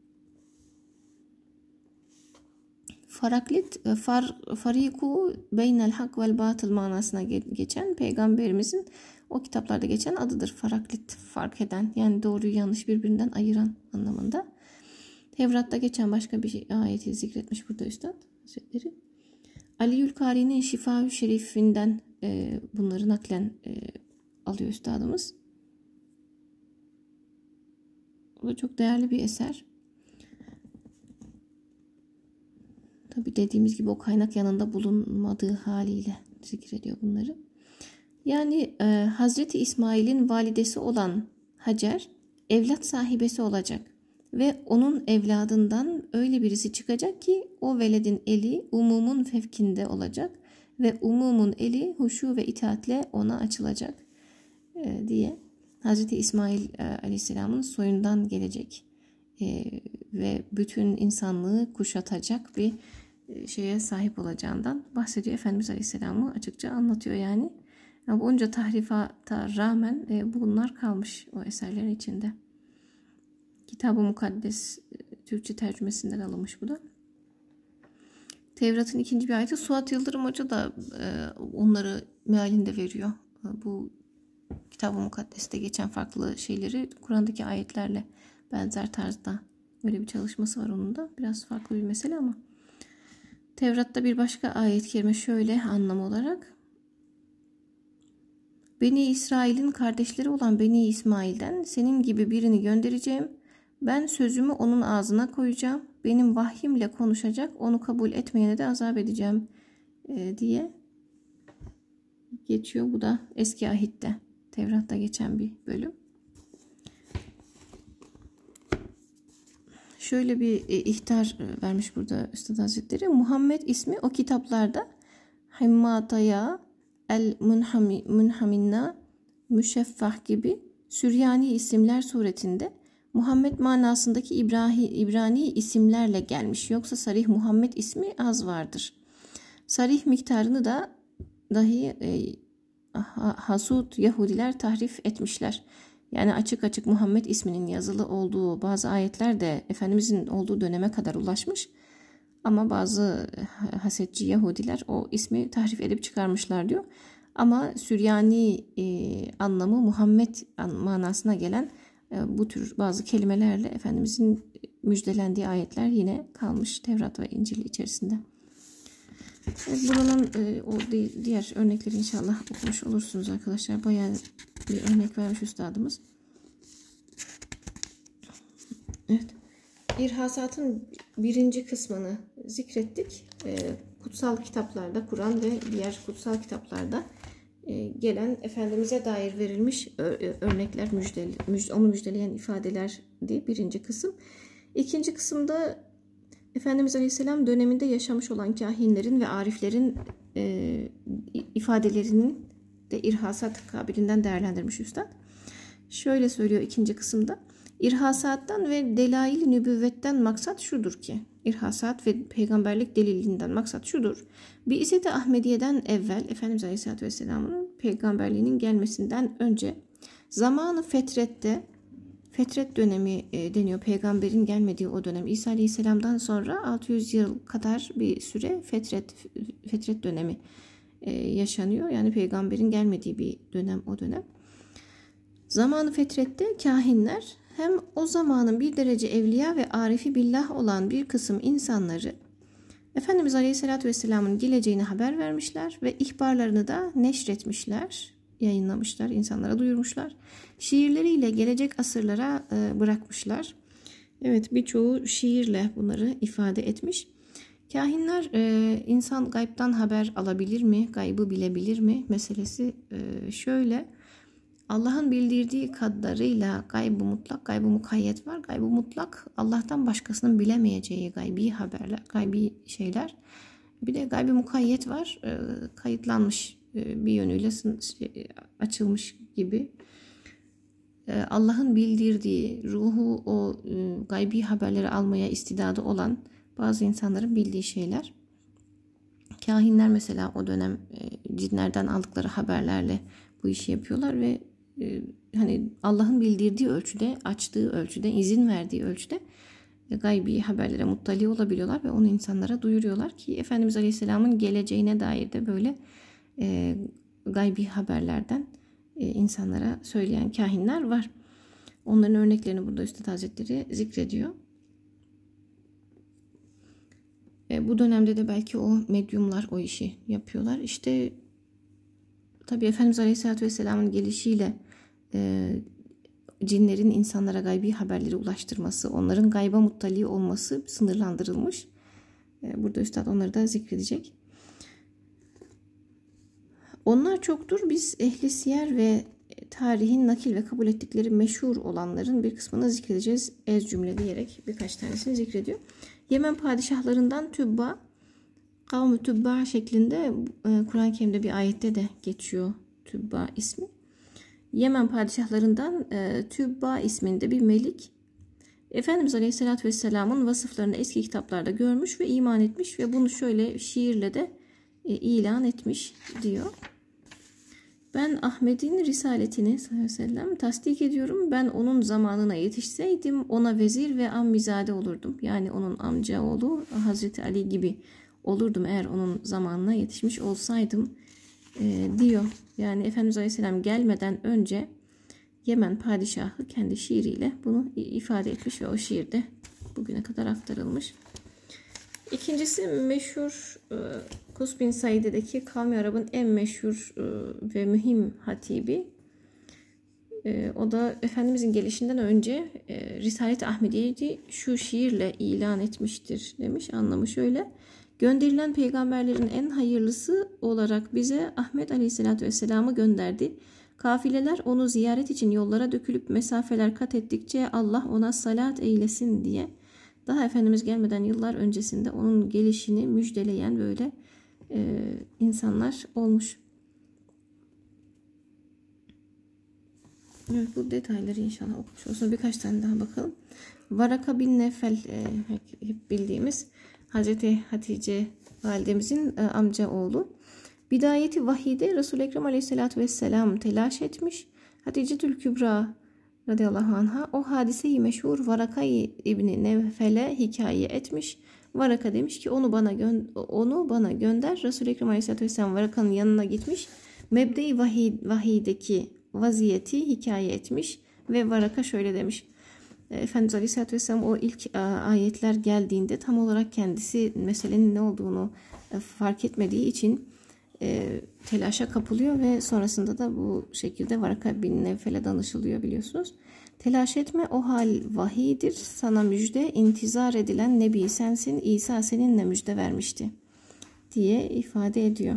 Faraklit fariku beynel hak vel batıl manasına geçen peygamberimizin o kitaplarda geçen adıdır. Faraklit fark eden yani doğruyu yanlış birbirinden ayıran anlamında. Tevrat'ta geçen başka bir ayeti zikretmiş burada Üstad Hazretleri. Aliül Kari'nin Şifa-ü Şerifinden bunları naklen alıyor Üstadımız. O da çok değerli bir eser. Tabi dediğimiz gibi o kaynak yanında bulunmadığı haliyle zikrediyor bunları. Yani Hazreti İsmail'in validesi olan Hacer evlat sahibesi olacak. Ve onun evladından öyle birisi çıkacak ki o veledin eli umumun fevkinde olacak. Ve umumun eli huşu ve itaatle ona açılacak diye. Hazreti İsmail Aleyhisselam'ın soyundan gelecek ve bütün insanlığı kuşatacak bir şeye sahip olacağından bahsediyor. Efendimiz Aleyhisselam'ı açıkça anlatıyor yani. Bunca tahrifata rağmen bunlar kalmış o eserlerin içinde. Kitab-ı Mukaddes Türkçe tercümesinden alınmış bu da. Tevrat'ın ikinci bir ayeti Suat Yıldırım Hoca da onları mealinde veriyor. Bu Kitab-ı Mukaddes'te geçen farklı şeyleri Kur'an'daki ayetlerle benzer tarzda böyle bir çalışması var onun da. Biraz farklı bir mesele ama. Tevrat'ta bir başka ayet-i kerime şöyle anlam olarak. Beni İsrail'in kardeşleri olan Beni İsmail'den senin gibi birini göndereceğim. Ben sözümü onun ağzına koyacağım. Benim vahyimle konuşacak. Onu kabul etmeyene de azap edeceğim diye geçiyor. Bu da eski ahitte. Tevrat'ta geçen bir bölüm. Şöyle bir ihtar vermiş burada Üstad Hazretleri. Muhammed ismi o kitaplarda Himmataya, El-Munhaminna, Müşeffah gibi Süryani isimler suretinde Muhammed manasındaki İbrani isimlerle gelmiş. Yoksa sarih Muhammed ismi az vardır. Sarih miktarını da dahi Hasud Yahudiler tahrif etmişler. Yani açık açık Muhammed isminin yazılı olduğu bazı ayetler de Efendimizin olduğu döneme kadar ulaşmış. Ama bazı hasetçi Yahudiler o ismi tahrif edip çıkarmışlar diyor. Ama Süryani anlamı Muhammed manasına gelen bu tür bazı kelimelerle Efendimizin müjdelendiği ayetler yine kalmış Tevrat ve İncil içerisinde. Evet, buranın diğer örnekleri inşallah okumuş olursunuz arkadaşlar. Bayağı bir örnek vermiş üstadımız. Evet. İrhasatın birinci kısmını zikrettik. Kutsal kitaplarda, Kur'an ve diğer kutsal kitaplarda gelen Efendimiz'e dair verilmiş örnekler, onu müjdeleyen ifadelerdi birinci kısım. İkinci kısımda Efendimiz Aleyhisselam döneminde yaşamış olan kahinlerin ve ariflerin ifadelerinin de irhasat kabilinden değerlendirmiş üstad. Şöyle söylüyor ikinci kısımda. İrhasattan ve delail-i nübüvvetten maksat şudur ki, irhasat ve peygamberlik delilinden maksat şudur. Bi'set-i Ahmediye'den evvel Efendimiz Aleyhisselatü Vesselam'ın peygamberliğinin gelmesinden önce zamanı fetret dönemi deniyor. Peygamberin gelmediği o dönem. İsa Aleyhisselam'dan sonra 600 yıl kadar bir süre fetret dönemi yaşanıyor. Yani peygamberin gelmediği bir dönem o dönem. Zamanı fetrette kahinler hem o zamanın bir derece evliya ve arifi billah olan bir kısım insanları Efendimiz Aleyhisselatü Vesselam'ın geleceğini haber vermişler ve ihbarlarını da neşretmişler, yayınlamışlar, insanlara duyurmuşlar. Şiirleriyle gelecek asırlara bırakmışlar. Evet, birçoğu şiirle bunları ifade etmiş. Kahinler insan gaybtan haber alabilir mi, gaybı bilebilir mi meselesi şöyle. Allah'ın bildirdiği kadarıyla gayb-ı mutlak, gayb-ı mukayyet var. Gayb-ı mutlak Allah'tan başkasının bilemeyeceği gaybi haberler, gaybi şeyler. Bir de gayb-ı mukayyet var. Kayıtlanmış bir yönüyle açılmış gibi. Allah'ın bildirdiği, ruhu o gaybi haberleri almaya istidadı olan bazı insanların bildiği şeyler. Kahinler mesela o dönem cinlerden aldıkları haberlerle bu işi yapıyorlar ve hani Allah'ın bildirdiği ölçüde, açtığı ölçüde, izin verdiği ölçüde gaybi haberlere muttali olabiliyorlar ve onu insanlara duyuruyorlar ki Efendimiz Aleyhisselam'ın geleceğine dair de böyle gaybi haberlerden insanlara söyleyen kahinler var. Onların örneklerini burada Üstad Hazretleri zikrediyor. Bu dönemde de belki o medyumlar o işi yapıyorlar. İşte tabii Efendimiz Aleyhisselatü Vesselam'ın gelişiyle cinlerin insanlara gaybi haberleri ulaştırması, onların gayba muttali olması sınırlandırılmış. Burada Üstad onları da zikredecek. Onlar çoktur. Biz ehli siyer ve tarihin nakil ve kabul ettikleri meşhur olanların bir kısmını zikredeceğiz. Ez cümle diyerek birkaç tanesini zikrediyor. Yemen padişahlarından Tübba, kavm-ı Tübba şeklinde Kur'an-ı Kerim'de bir ayette de geçiyor Tübba ismi. Yemen padişahlarından Tübba isminde bir melik Efendimiz Aleyhisselatü Vesselam'ın vasıflarını eski kitaplarda görmüş ve iman etmiş ve bunu şöyle şiirle de ilan etmiş diyor. Ben Ahmet'in risaletini sallallahu aleyhi ve sellem tasdik ediyorum. Ben onun zamanına yetişseydim ona vezir ve ammizade olurdum. Yani onun amca oğlu Hazreti Ali gibi olurdum eğer onun zamanına yetişmiş olsaydım diyor. Yani Efendimiz Aleyhisselam gelmeden önce Yemen padişahı kendi şiiriyle bunu ifade etmiş ve o şiir de bugüne kadar aktarılmış. İkincisi meşhur Kus bin Saide'deki Kavmi Arap'ın en meşhur ve mühim hatibi. O da Efendimizin gelişinden önce Risalet-i Ahmediye'yi şu şiirle ilan etmiştir demiş. Anlamı şöyle. Gönderilen peygamberlerin en hayırlısı olarak bize Ahmet Aleyhisselatü Vesselam'ı gönderdi. Kafileler onu ziyaret için yollara dökülüp mesafeler kat ettikçe Allah ona salat eylesin diye daha Efendimiz gelmeden yıllar öncesinde onun gelişini müjdeleyen böyle insanlar olmuş. Evet, bu detayları inşallah okumuş olsun. Birkaç tane daha bakalım. Varaka bin Nefel hep bildiğimiz Hazreti Hatice validemizin amca oğlu. Bidayeti vahide Resul-i Ekrem Aleyhisselatü Vesselam telaş etmiş. Hatice-tül Kübra radıyallahu anha o hadiseyi meşhur Varaka İbni Nevfel'e hikaye etmiş. Varaka demiş ki onu bana gönder. Resul-i Ekrem Aleyhisselatü Vesselam Varaka'nın yanına gitmiş. Mebde-i vahideki vaziyeti hikaye etmiş ve Varaka şöyle demiş. Efendimiz Aleyhisselatü Vesselam o ilk ayetler geldiğinde tam olarak kendisi meselenin ne olduğunu fark etmediği için telaşa kapılıyor ve sonrasında da bu şekilde Varaka bin Nevfel'e danışılıyor biliyorsunuz. Telaş etme, o hal vahiydir. Sana müjde, intizar edilen Nebi sensin. İsa seninle müjde vermişti diye ifade ediyor.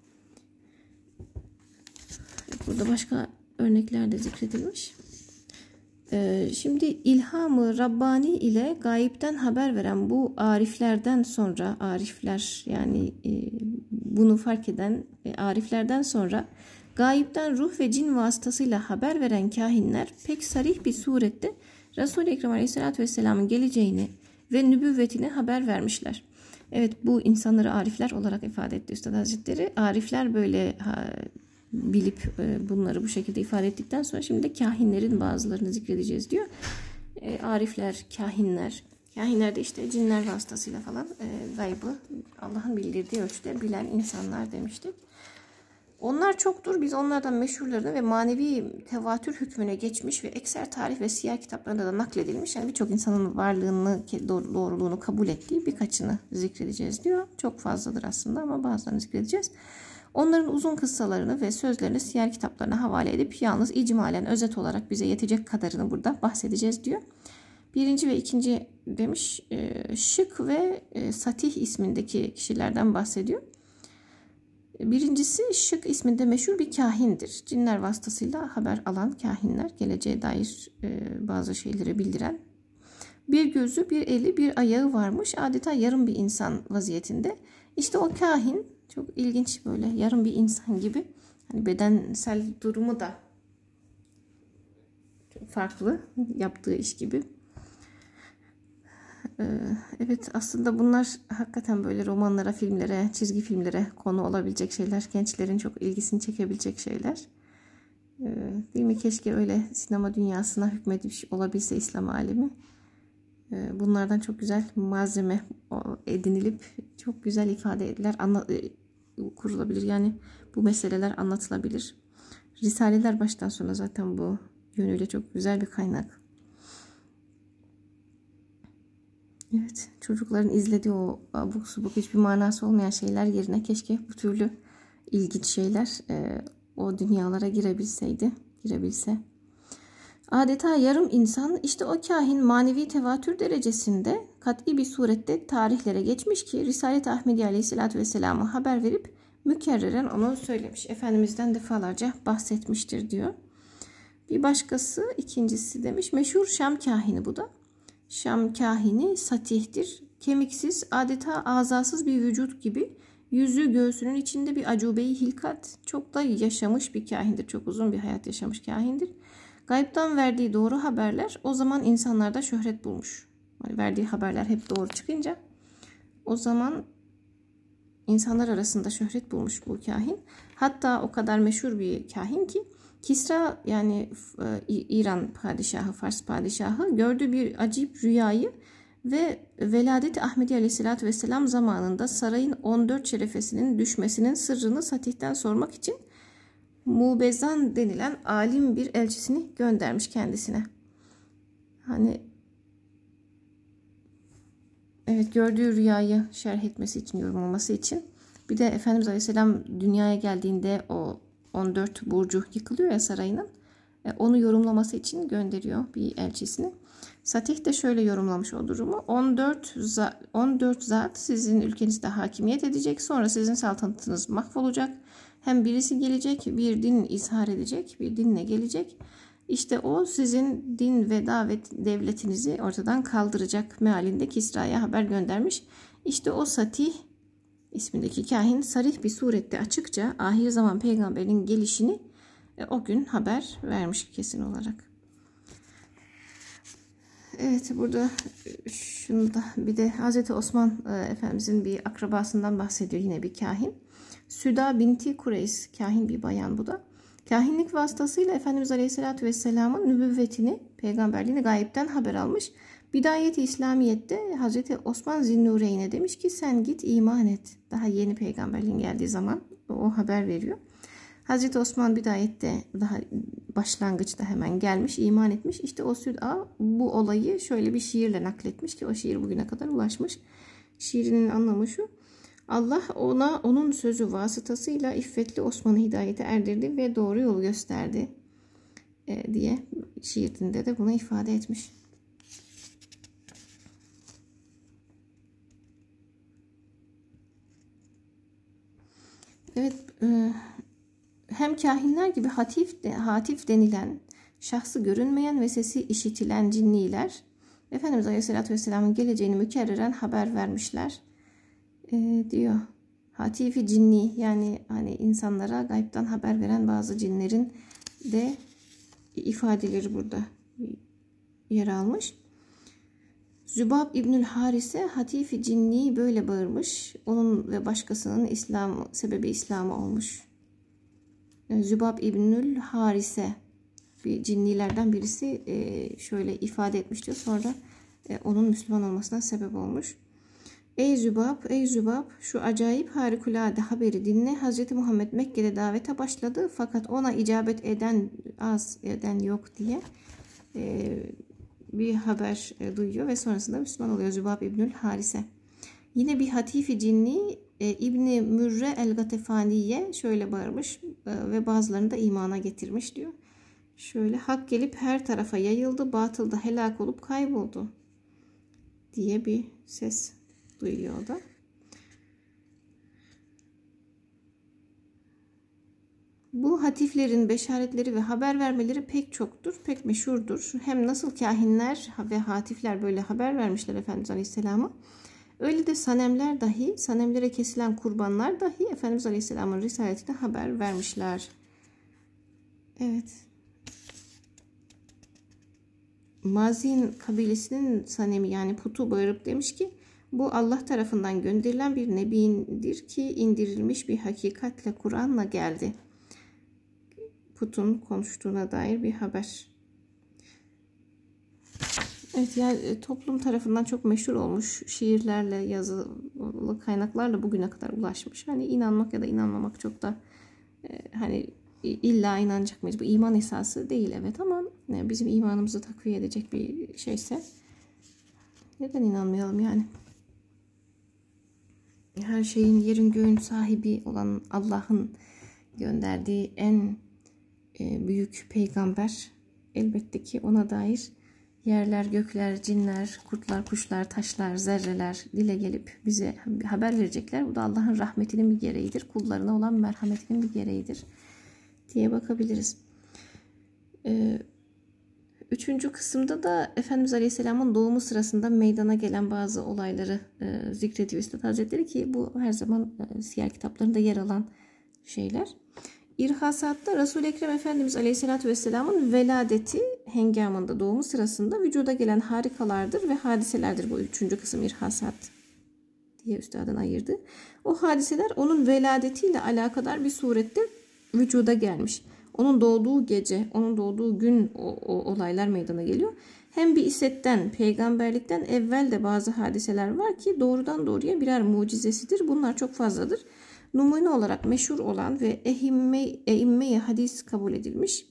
Burada başka örnekler de zikredilmiş. Şimdi ilhamı Rabbani ile gayipten haber veren bu ariflerden sonra, arifler yani bunu fark eden ariflerden sonra gayipten ruh ve cin vasıtasıyla haber veren kahinler pek sarih bir surette Resul-i Ekrem Aleyhisselatü Vesselam'ın geleceğini ve nübüvvetini haber vermişler. Evet, bu insanları arifler olarak ifade etti Üstad Hazretleri. Arifler böyle bilip bunları bu şekilde ifade ettikten sonra şimdi de kahinlerin bazılarını zikredeceğiz diyor. Arifler, kahinler. Kahinler de işte cinler vasıtasıyla falan gaybı Allah'ın bildirdiği ölçüde bilen insanlar demiştik. Onlar çoktur. Biz onlardan meşhurlarını ve manevi tevatür hükmüne geçmiş ve ekser tarih ve siyer kitaplarında da nakledilmiş. Yani birçok insanın varlığını, doğruluğunu kabul ettiği birkaçını zikredeceğiz diyor. Çok fazladır aslında ama bazılarını zikredeceğiz. Onların uzun kıssalarını ve sözlerini siyer kitaplarına havale edip yalnız icmalen özet olarak bize yetecek kadarını burada bahsedeceğiz diyor. Birinci ve ikinci demiş, Şık ve Satih ismindeki kişilerden bahsediyor. Birincisi Şık isminde meşhur bir kahindir. Cinler vasıtasıyla haber alan kahinler, geleceğe dair bazı şeyleri bildiren. Bir gözü, bir eli, bir ayağı varmış. Adeta yarım bir insan vaziyetinde. İşte o kahin çok ilginç, böyle yarım bir insan gibi. Hani bedensel durumu da çok farklı, yaptığı iş gibi. Evet, aslında bunlar hakikaten böyle romanlara, filmlere, çizgi filmlere konu olabilecek şeyler. Gençlerin çok ilgisini çekebilecek şeyler. Değil mi? Keşke öyle sinema dünyasına hükmetmiş olabilse İslam alemi. Bunlardan çok güzel malzeme edinilip çok güzel ifadeler kurulabilir. Yani bu meseleler anlatılabilir. Risaleler baştan sona zaten bu yönüyle çok güzel bir kaynak. Evet, çocukların izlediği o abuk subuk hiçbir manası olmayan şeyler yerine keşke bu türlü ilginç şeyler o dünyalara girebilse. Adeta yarım insan, işte o kahin manevi tevatür derecesinde kat'i bir surette tarihlere geçmiş ki Risalet-i Ahmediye Aleyhisselatü Vesselam'a haber verip mükerreren onu söylemiş. Efendimiz'den defalarca bahsetmiştir diyor. Bir başkası, ikincisi demiş, meşhur Şam kahini bu da. Şam kahini Satih'tir. Kemiksiz, adeta azasız bir vücut gibi, yüzü göğsünün içinde bir acubeyi hilkat, çok da yaşamış bir kahindir. Çok uzun bir hayat yaşamış kahindir. Gaybtan verdiği doğru haberler o zaman insanlarda şöhret bulmuş. Yani verdiği haberler hep doğru çıkınca o zaman insanlar arasında şöhret bulmuş bu kahin. Hatta o kadar meşhur bir kahin ki Kisra, yani İran padişahı, Fars padişahı gördüğü bir acayip rüyayı ve Veladet-i Ahmediye Aleyhisselatü Vesselam zamanında sarayın 14 şerefesinin düşmesinin sırrını Satih'ten sormak için Mubezan denilen alim bir elçisini göndermiş kendisine. Hani evet, gördüğü rüyayı şerh etmesi için, yorumlaması için. Bir de Efendimiz Aleyhisselam dünyaya geldiğinde o 14 burcu yıkılıyor ya sarayının. Onu yorumlaması için gönderiyor bir elçisini. Satih de şöyle yorumlamış o durumu. 14 zat sizin ülkenizde hakimiyet edecek. Sonra sizin saltanatınız mahvolacak. Hem birisi gelecek, bir din izhar edecek, bir dinle gelecek. İşte o sizin din ve davet devletinizi ortadan kaldıracak mealinde Kisra'ya haber göndermiş. İşte o Satih ismindeki kahin sarih bir surette açıkça ahir zaman peygamberinin gelişini o gün haber vermiş kesin olarak. Evet, burada şunu da bir de Hazreti Osman Efendimizin bir akrabasından bahsediyor, yine bir kahin. Süda binti Kureys, kahin bir bayan bu da. Kahinlik vasıtasıyla Efendimiz Aleyhisselatü Vesselam'ın nübüvvetini, peygamberliğini gayipten haber almış. Bidayet-i İslamiyet'te Hazreti Osman Zinnureyn'e demiş ki sen git iman et. Daha yeni peygamberliğin geldiği zaman o haber veriyor. Hazreti Osman bidayette, daha başlangıçta hemen gelmiş, iman etmiş. İşte o Süda bu olayı şöyle bir şiirle nakletmiş ki o şiir bugüne kadar ulaşmış. Şiirinin anlamı şu: Allah onun sözü vasıtasıyla iffetli Osman'ı hidayete erdirdi ve doğru yolu gösterdi diye şiirinde de bunu ifade etmiş. Evet, hem kahinler gibi hatif denilen, şahsı görünmeyen ve sesi işitilen cinniler Efendimiz Aleyhisselatü Vesselam'ın geleceğini mükerreren haber vermişler diyor. Hatifi cinni, yani hani insanlara gaybtan haber veren bazı cinlerin de ifadeleri burada yer almış. Zübab İbnül Harise Hatifi cinni böyle bağırmış. Onun ve başkasının sebebi İslam'ı olmuş. Zübab İbnül Harise bir cinnilerden birisi şöyle ifade etmiş diyor. Sonra onun Müslüman olmasına sebep olmuş. Ey Zübab, şu acayip harikulade haberi dinle. Hazreti Muhammed Mekke'de davete başladı fakat ona icabet eden yok diye bir haber duyuyor ve sonrasında Müslüman oluyor Zübab İbnül Harise. Yine bir hatifi cinni İbni Mürre el-Gatefani'ye şöyle bağırmış ve bazılarını da imana getirmiş diyor. Şöyle, hak gelip her tarafa yayıldı, batıl da helak olup kayboldu diye bir ses duyuyor o da. Bu hatiflerin beşaretleri ve haber vermeleri pek çoktur, pek meşhurdur. Hem nasıl kahinler ve hatifler böyle haber vermişler Efendimiz Aleyhisselam'a, öyle de sanemlere kesilen kurbanlar dahi Efendimiz Aleyhisselam'ın risaletine haber vermişler. Evet. Mazin kabilesinin sanemi yani putu bağırıp demiş ki, bu Allah tarafından gönderilen bir nebidir ki indirilmiş bir hakikatle Kur'an'la geldi. Putun konuştuğuna dair bir haber. Evet, yani toplum tarafından çok meşhur olmuş şiirlerle, yazılı kaynaklarla bugüne kadar ulaşmış. Hani inanmak ya da inanmamak çok da hani illa inanacak mıyız? Bu iman esası değil, evet, ama bizim imanımızı takviye edecek bir şeyse neden inanmayalım yani? Her şeyin, yerin göğün sahibi olan Allah'ın gönderdiği en büyük peygamber, elbette ki ona dair yerler, gökler, cinler, kurtlar, kuşlar, taşlar, zerreler dile gelip bize haber verecekler. Bu da Allah'ın rahmetinin bir gereğidir. Kullarına olan merhametinin bir gereğidir diye bakabiliriz. Üçüncü kısımda da Efendimiz Aleyhisselam'ın doğumu sırasında meydana gelen bazı olayları zikrediyor Üstad Hazretleri ki bu her zaman siyer kitaplarında yer alan şeyler. İrhasatta Resul-i Ekrem Efendimiz Aleyhisselatü Vesselam'ın veladeti hengamında, doğumu sırasında vücuda gelen harikalardır ve hadiselerdir. Bu üçüncü kısım irhasat diye üstadın ayırdı. O hadiseler onun veladetiyle alakadar bir surette vücuda gelmiş. Onun doğduğu gece, onun doğduğu gün o olaylar meydana geliyor. Hem bir isetten, peygamberlikten evvel de bazı hadiseler var ki doğrudan doğruya birer mucizesidir. Bunlar çok fazladır. Numune olarak meşhur olan ve eimme-i hadis kabul edilmiş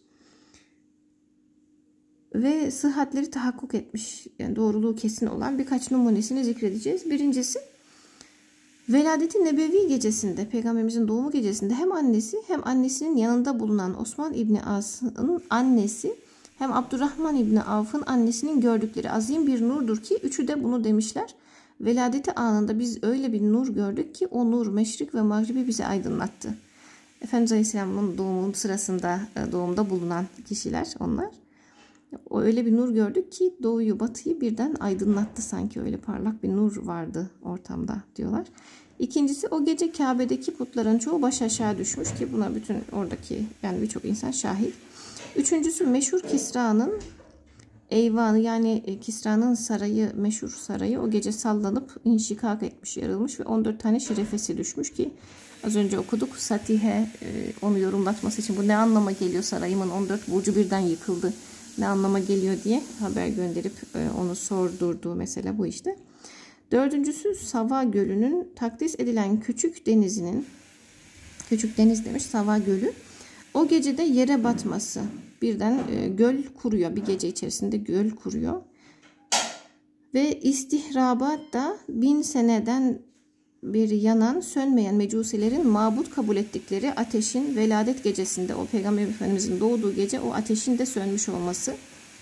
ve sıhhatleri tahakkuk etmiş, yani doğruluğu kesin olan birkaç numunesini zikredeceğiz. Birincisi, Veladeti Nebevi gecesinde, Peygamberimizin doğumu gecesinde hem annesi hem annesinin yanında bulunan Osman İbni As'ın annesi hem Abdurrahman İbni Avf'ın annesinin gördükleri azim bir nurdur ki üçü de bunu demişler. Veladeti anında biz öyle bir nur gördük ki o nur meşrik ve mağribi bize aydınlattı. Efendimiz Aleyhisselam'ın doğumu sırasında doğumda bulunan kişiler onlar. O öyle bir nur gördük ki doğuyu batıyı birden aydınlattı, sanki öyle parlak bir nur vardı ortamda diyorlar. İkincisi, o gece Kabe'deki putların çoğu baş aşağı düşmüş ki buna bütün oradaki yani birçok insan şahit. Üçüncüsü, meşhur Kisra'nın eyvanı yani Kisra'nın sarayı, meşhur sarayı o gece sallanıp inşikak etmiş, yarılmış ve 14 tane şerefesi düşmüş ki az önce okuduk. Satihe onu yorumlatması için bu ne anlama geliyor, sarayımın 14 burcu birden yıkıldı, ne anlama geliyor diye haber gönderip onu sordurduğu mesele bu işte. Dördüncüsü, Sava Gölü'nün takdis edilen küçük denizinin, küçük deniz demiş Sava Gölü, o gecede yere batması, birden göl kuruyor, bir gece içerisinde göl kuruyor ve istihrabat da 1000 seneden bir yanan, sönmeyen mecusilerin mabut kabul ettikleri ateşin veladet gecesinde, o Peygamber Efendimizin doğduğu gece, o ateşin de sönmüş olması.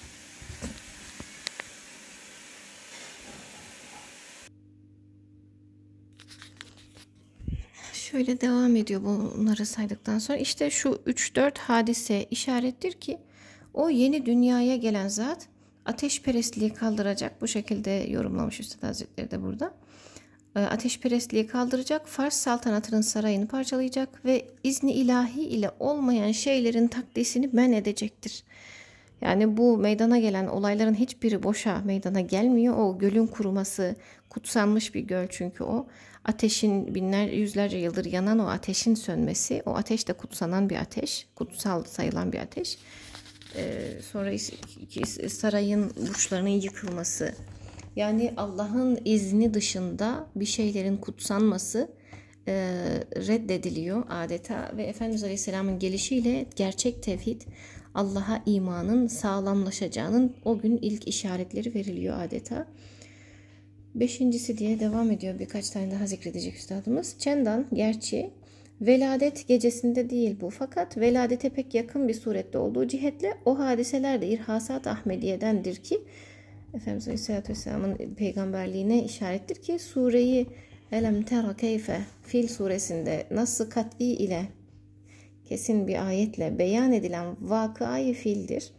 Şöyle devam ediyor bunları saydıktan sonra. İşte şu 3-4 hadise işarettir ki o yeni dünyaya gelen zat ateşperestliği kaldıracak. Bu şekilde yorumlamış Üstad Hazretleri de burada. Ateşperestliği kaldıracak, Fars saltanatının sarayını parçalayacak ve izni ilahi ile olmayan şeylerin takdisini men edecektir. Yani bu meydana gelen olayların hiçbiri boşa meydana gelmiyor. O gölün kuruması, kutsanmış bir göl çünkü o. Ateşin yüzlerce yıldır yanan o ateşin sönmesi, o ateş de kutsanan bir ateş, kutsal sayılan bir ateş. Sonra sarayın burçlarının yıkılması, yani Allah'ın izni dışında bir şeylerin kutsanması reddediliyor adeta ve Efendimiz Aleyhisselam'ın gelişiyle gerçek tevhid, Allah'a imanın sağlamlaşacağının o gün ilk işaretleri veriliyor adeta. 5. diye devam ediyor, birkaç tane daha zikredecek üstadımız. Çendan gerçi veladet gecesinde değil bu, fakat veladete pek yakın bir surette olduğu cihetle o hadiseler de irhasat Ahmediye'dendir ki Efendimiz Aleyhisselatü Vesselam'ın peygamberliğine işarettir ki sureyi Elem tera keyfe Fil suresinde nasıl kat'i ile kesin bir ayetle beyan edilen vakayı fildir.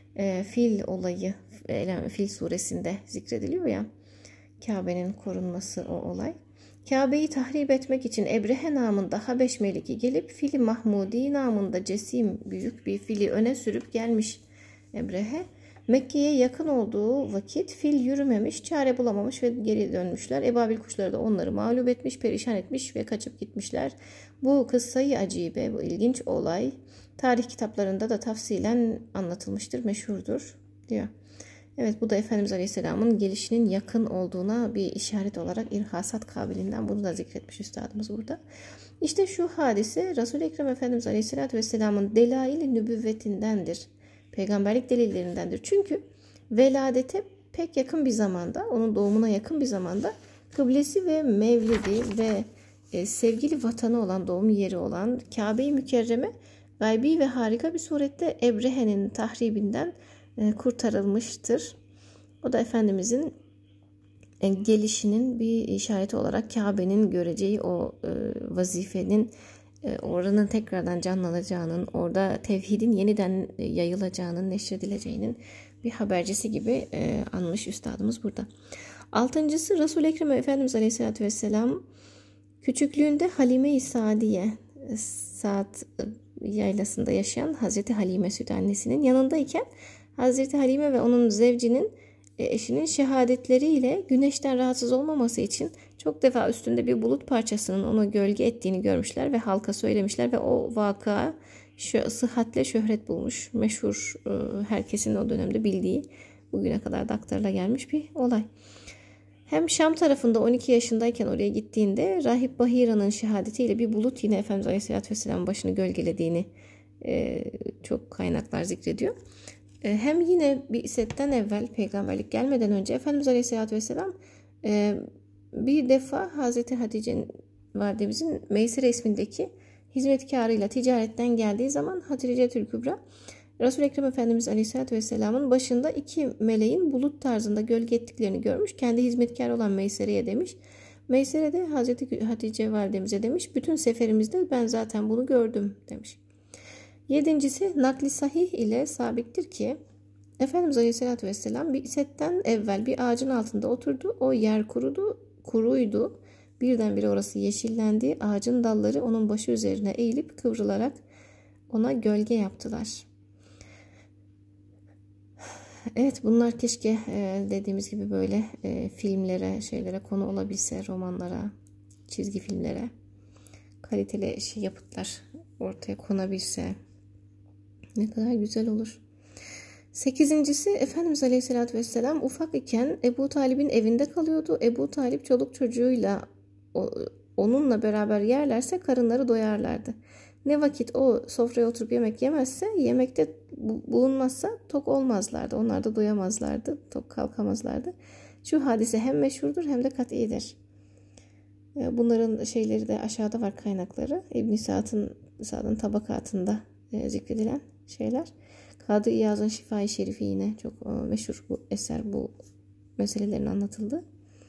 Fil olayı Fil suresinde zikrediliyor ya, Kabe'nin korunması o olay. Kabe'yi tahrip etmek için Ebrehe namında Habeş meliki gelip Fil-i Mahmudi namında cesim büyük bir fili öne sürüp gelmiş Ebrehe. Mekke'ye yakın olduğu vakit fil yürümemiş, çare bulamamış ve geri dönmüşler. Ebabil kuşları da onları mağlup etmiş, perişan etmiş ve kaçıp gitmişler. Bu kıssayı acibe, bu ilginç olay tarih kitaplarında da tafsilen anlatılmıştır, meşhurdur diyor. Evet, bu da Efendimiz Aleyhisselam'ın gelişinin yakın olduğuna bir işaret olarak irhasat kabilinden bunu da zikretmiş üstadımız burada. İşte şu hadise Resul-i Ekrem Efendimiz Aleyhisselatü Vesselam'ın delail-i nübüvvetindendir. Peygamberlik delillerindendir. Çünkü veladete pek yakın bir zamanda, onun doğumuna yakın bir zamanda kıblesi ve mevlidi ve sevgili vatanı olan, doğum yeri olan Kabe-i Mükerreme gaybi ve harika bir surette Ebrehe'nin tahribinden kurtarılmıştır. O da Efendimizin gelişinin bir işareti olarak Kabe'nin göreceği o vazifenin oranın tekrardan canlanacağının, orada tevhidin yeniden yayılacağının, neşredileceğinin bir habercisi gibi anmış üstadımız burada. 6. Resul-i Ekrem Efendimiz Aleyhisselatü Vesselam küçüklüğünde Halime-i Sadiye, Saad yaylasında yaşayan Hazreti Halime Süt annesinin yanındayken Hazreti Halime ve onun zevcinin eşinin şehadetleriyle güneşten rahatsız olmaması için çok defa üstünde bir bulut parçasının onu gölge ettiğini görmüşler ve halka söylemişler ve o vaka sıhhatle şöhret bulmuş. Meşhur, herkesin o dönemde bildiği, bugüne kadar da aktarıla gelmiş bir olay. Hem Şam tarafında 12 yaşındayken oraya gittiğinde Rahip Bahira'nın şehadetiyle bir bulut yine Efendimiz Aleyhisselatü Vesselam'ın başını gölgelediğini çok kaynaklar zikrediyor. Hem yine bir setten evvel, peygamberlik gelmeden önce Efendimiz Aleyhisselatü Vesselam bir defa Hazreti Hatice'nin, validemizin Meysere ismindeki hizmetkarıyla ticaretten geldiği zaman Hatice-tül Kübra, Resul-i Ekrem Efendimiz Aleyhisselatü Vesselam'ın başında 2 meleğin bulut tarzında gölge ettiklerini görmüş. Kendi hizmetkar olan Meysere'ye demiş. Meysere de Hazreti Hatice validemize demiş. Bütün seferimizde ben zaten bunu gördüm demiş. 7. nakli sahih ile sabittir ki Efendimiz Aleyhisselatü Vesselam bir setten evvel bir ağacın altında oturdu. O yer kuruydu. Birdenbire orası yeşillendi. Ağacın dalları onun başı üzerine eğilip kıvrılarak ona gölge yaptılar. Evet, bunlar keşke dediğimiz gibi böyle filmlere, şeylere konu olabilse, romanlara, çizgi filmlere kaliteli yapıtlar ortaya konabilse ne kadar güzel olur. 8. Efendimiz Aleyhisselatü Vesselam ufak iken Ebu Talib'in evinde kalıyordu. Ebu Talip çoluk çocuğuyla onunla beraber yerlerse karınları doyarlardı. Ne vakit o sofraya oturup yemek yemezse, yemekte bulunmazsa tok olmazlardı. Onlar da doyamazlardı, tok kalkamazlardı. Şu hadise hem meşhurdur hem de kat'idir. Bunların şeyleri de aşağıda var, kaynakları. İbn-i Sa'd'ın tabakatında zikredilen şeyler. Kadı İyaz'ın Şifa-i Şerifi yine çok meşhur bu eser, bu meselelerin anlatıldığı.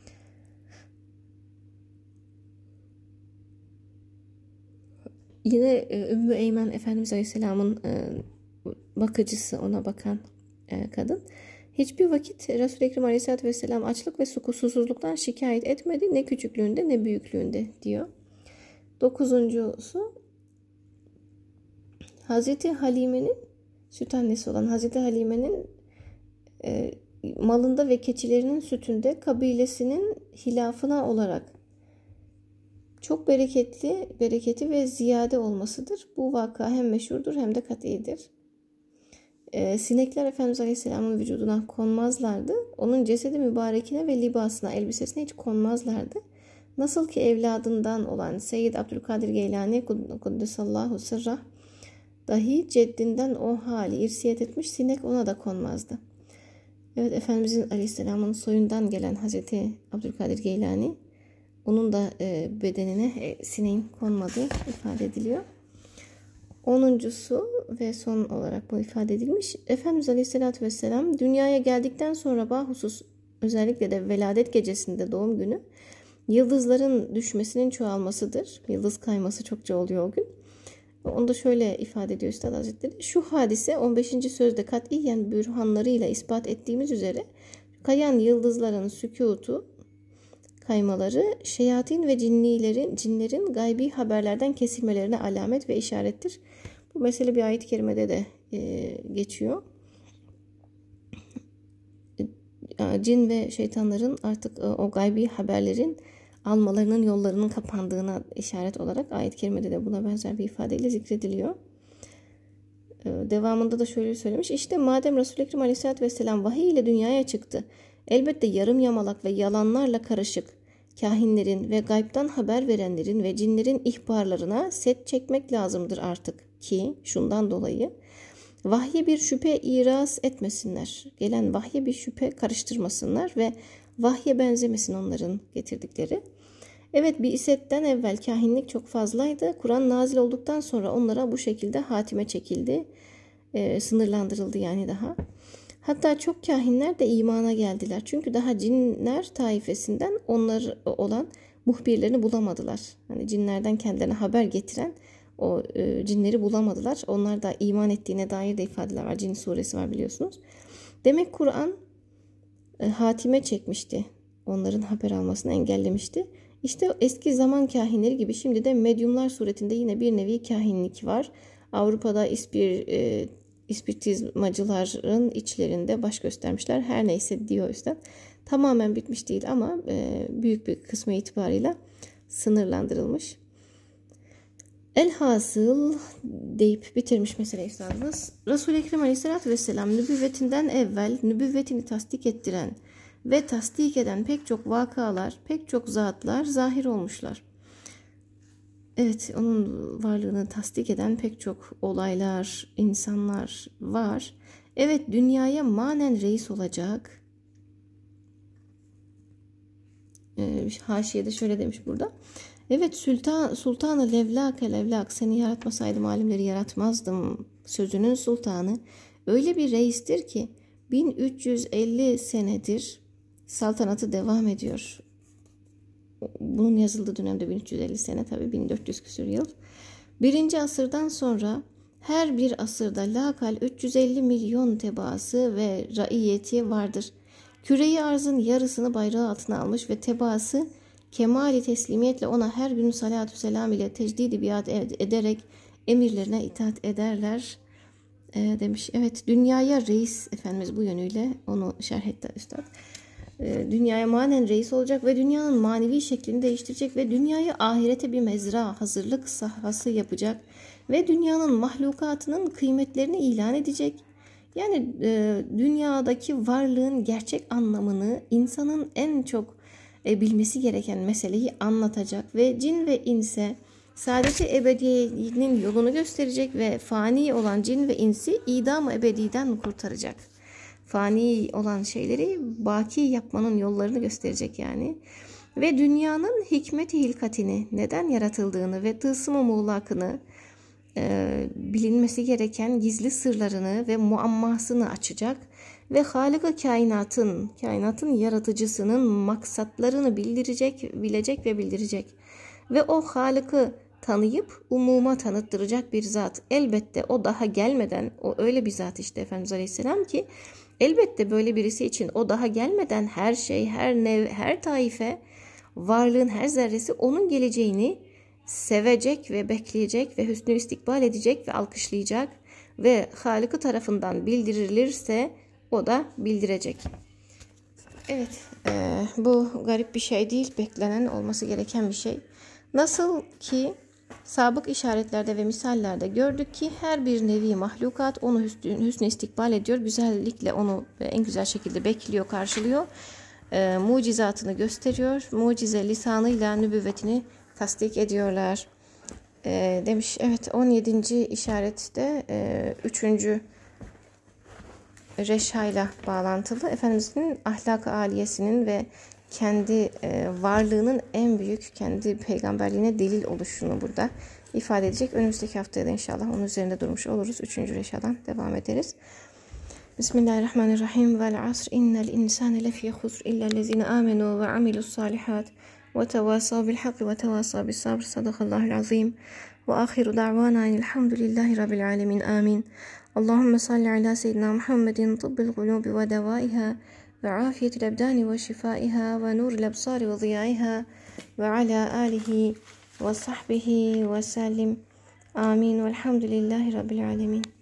Yine Ümmü Eymen Efendimiz Aleyhisselam'ın bakıcısı, ona bakan kadın. Hiçbir vakit Resul-i Ekrem Aleyhisselatü Vesselam açlık ve susuzluktan şikayet etmedi. Ne küçüklüğünde ne büyüklüğünde diyor. 9'uncusu Hazreti Halime'nin, süt annesi olan Hazreti Halime'nin malında ve keçilerinin sütünde kabilesinin hilafına olarak çok bereketi ve ziyade olmasıdır. Bu vaka hem meşhurdur hem de kat'idir. Sinekler Efendimiz Aleyhisselam'ın vücuduna konmazlardı. Onun cesedi mübarekine ve libasına, elbisesine hiç konmazlardı. Nasıl ki evladından olan Seyyid Abdülkadir Geylani Kuddesallahu sırrah dahi ceddinden o hali irsiyet etmiş, sinek ona da konmazdı. Evet, Efendimizin Aleyhisselam'ın soyundan gelen Hazreti Abdülkadir Geylani, onun da bedenine sineğin konmadığı ifade ediliyor. 10'uncusu ve son olarak bu ifade edilmiş. Efendimiz Aleyhisselatü Vesselam dünyaya geldikten sonra bahusus özellikle de veladet gecesinde, doğum günü, yıldızların düşmesinin çoğalmasıdır. Yıldız kayması çokça oluyor o gün. Onu da şöyle ifade ediyor Üstad Hazretleri. Şu hadise 15. sözde katiyen bürhanlarıyla ispat ettiğimiz üzere kayan yıldızların sükutu, kaymaları, şeyatin ve cinlerin gaybi haberlerden kesilmelerine alamet ve işarettir. Bu mesele bir ayet-i kerimede de geçiyor. Cin ve şeytanların artık o gaybi haberlerin almalarının yollarının kapandığına işaret olarak ayet-i kerimede de buna benzer bir ifadeyle zikrediliyor. Devamında da şöyle söylemiş. İşte madem Resul-i Ekrem Aleyhisselatü Vesselam vahiy ile dünyaya çıktı, elbette yarım yamalak ve yalanlarla karışık kahinlerin ve gaybtan haber verenlerin ve cinlerin ihbarlarına set çekmek lazımdır artık ki şundan dolayı vahye bir şüphe iraz etmesinler. Gelen vahye bir şüphe karıştırmasınlar ve vahye benzemesin onların getirdikleri. Evet, Bi'setten evvel kahinlik çok fazlaydı. Kur'an nazil olduktan sonra onlara bu şekilde hatime çekildi. Sınırlandırıldı yani daha. Hatta çok kahinler de imana geldiler. Çünkü daha cinler taifesinden onlar olan muhbirlerini bulamadılar. Hani cinlerden kendilerine haber getiren o cinleri bulamadılar. Onlar da iman ettiğine dair de ifadeler var. Cin suresi var biliyorsunuz. Demek Kur'an hatime çekmişti. Onların haber almasını engellemişti. İşte eski zaman kahinleri gibi şimdi de medyumlar suretinde yine bir nevi kahinlik var. Avrupa'da ispiritizmacıların içlerinde baş göstermişler. Her neyse diyor Üstad. Tamamen bitmiş değil ama büyük bir kısmı itibarıyla sınırlandırılmış. Elhasıl deyip bitirmiş mesele Üstadımız. Resul-i Ekrem Aleyhisselatü Vesselam nübüvvetinden evvel nübüvvetini tasdik ettiren ve tasdik eden pek çok vakalar, pek çok zatlar zahir olmuşlar. Evet, onun varlığını tasdik eden pek çok olaylar, insanlar var. Evet, dünyaya manen reis olacak. Haşiyede şöyle demiş burada. Evet, sultanı levlak seni yaratmasaydım alimleri yaratmazdım sözünün sultanı öyle bir reistir ki 1350 senedir saltanatı devam ediyor. Bunun yazıldığı dönemde 1350 sene, tabii 1400 küsur yıl. 1. asırdan sonra her bir asırda lakal 350 milyon tebaası ve raiyeti vardır. Küre-i arzın yarısını bayrağı altına almış ve tebaası kemali teslimiyetle ona her gün salatü selam ile tecdid-i biat ederek emirlerine itaat ederler demiş. Evet, dünyaya reis Efendimiz bu yönüyle onu şerh etti Üstad. Dünyaya manen reis olacak ve dünyanın manevi şeklini değiştirecek ve dünyayı ahirete bir mezra, hazırlık sahası yapacak ve dünyanın mahlukatının kıymetlerini ilan edecek. Yani dünyadaki varlığın gerçek anlamını, insanın en çok bilmesi gereken meseleyi anlatacak ve cin ve inse saadet-i ebediyenin yolunu gösterecek ve fani olan cin ve insi idam-ı ebediden kurtaracak. Fani olan şeyleri baki yapmanın yollarını gösterecek yani. ve dünyanın hikmet-i hilkatini, neden yaratıldığını ve tılsım-ı muğlakını, bilinmesi gereken gizli sırlarını ve muammasını açacak ve Hâlik-i kainatın yaratıcısının maksatlarını bilecek ve bildirecek. Ve o Hâlik'i tanıyıp umuma tanıttıracak bir zat. Elbette o daha gelmeden, o öyle bir zat işte Efendimiz Aleyhisselam ki, elbette böyle birisi için o daha gelmeden her şey, her nev, her taife, varlığın her zerresi onun geleceğini sevecek ve bekleyecek ve hüsnü istikbal edecek ve alkışlayacak ve Hâlik-i tarafından bildirilirse o da bildirecek. Evet, bu garip bir şey değil, beklenen, olması gereken bir şey. Nasıl ki sabık işaretlerde ve misallerde gördük ki her bir nevi mahlukat onu hüsnü istikbal ediyor, güzellikle onu en güzel şekilde bekliyor, karşılıyor, mucizatını gösteriyor, mucize lisanıyla nübüvvetini tasdik ediyorlar. Demiş, evet, 17. işarette 3. reşayla bağlantılı Efendimizin ahlak-ı aliyesinin ve kendi varlığının en büyük, kendi peygamberliğine delil oluşunu burada ifade edecek. Önümüzdeki haftaya da inşallah onun üzerinde durmuş oluruz. 3. reşadan devam ederiz. Bismillahirrahmanirrahim. Vel asr innel insane lefî husr illellezine amenu ve amilus salihat ve tevasav bil hakki ve tevasav bis sabr. Sadakallahul azim. Ve ahiru da'vana elhamdülillahi rabbil alemin. Amin. Allahümme salli ala seyyidina Muhammedin tıbbil kulubi ve devaiha ve afiyetil ebdani ve şifaiha ve nuril ebsari ve ziyaiha ve ala alihi ve sahbihi ve sellim. Amin. Velhamdülillahi rabbil alemin.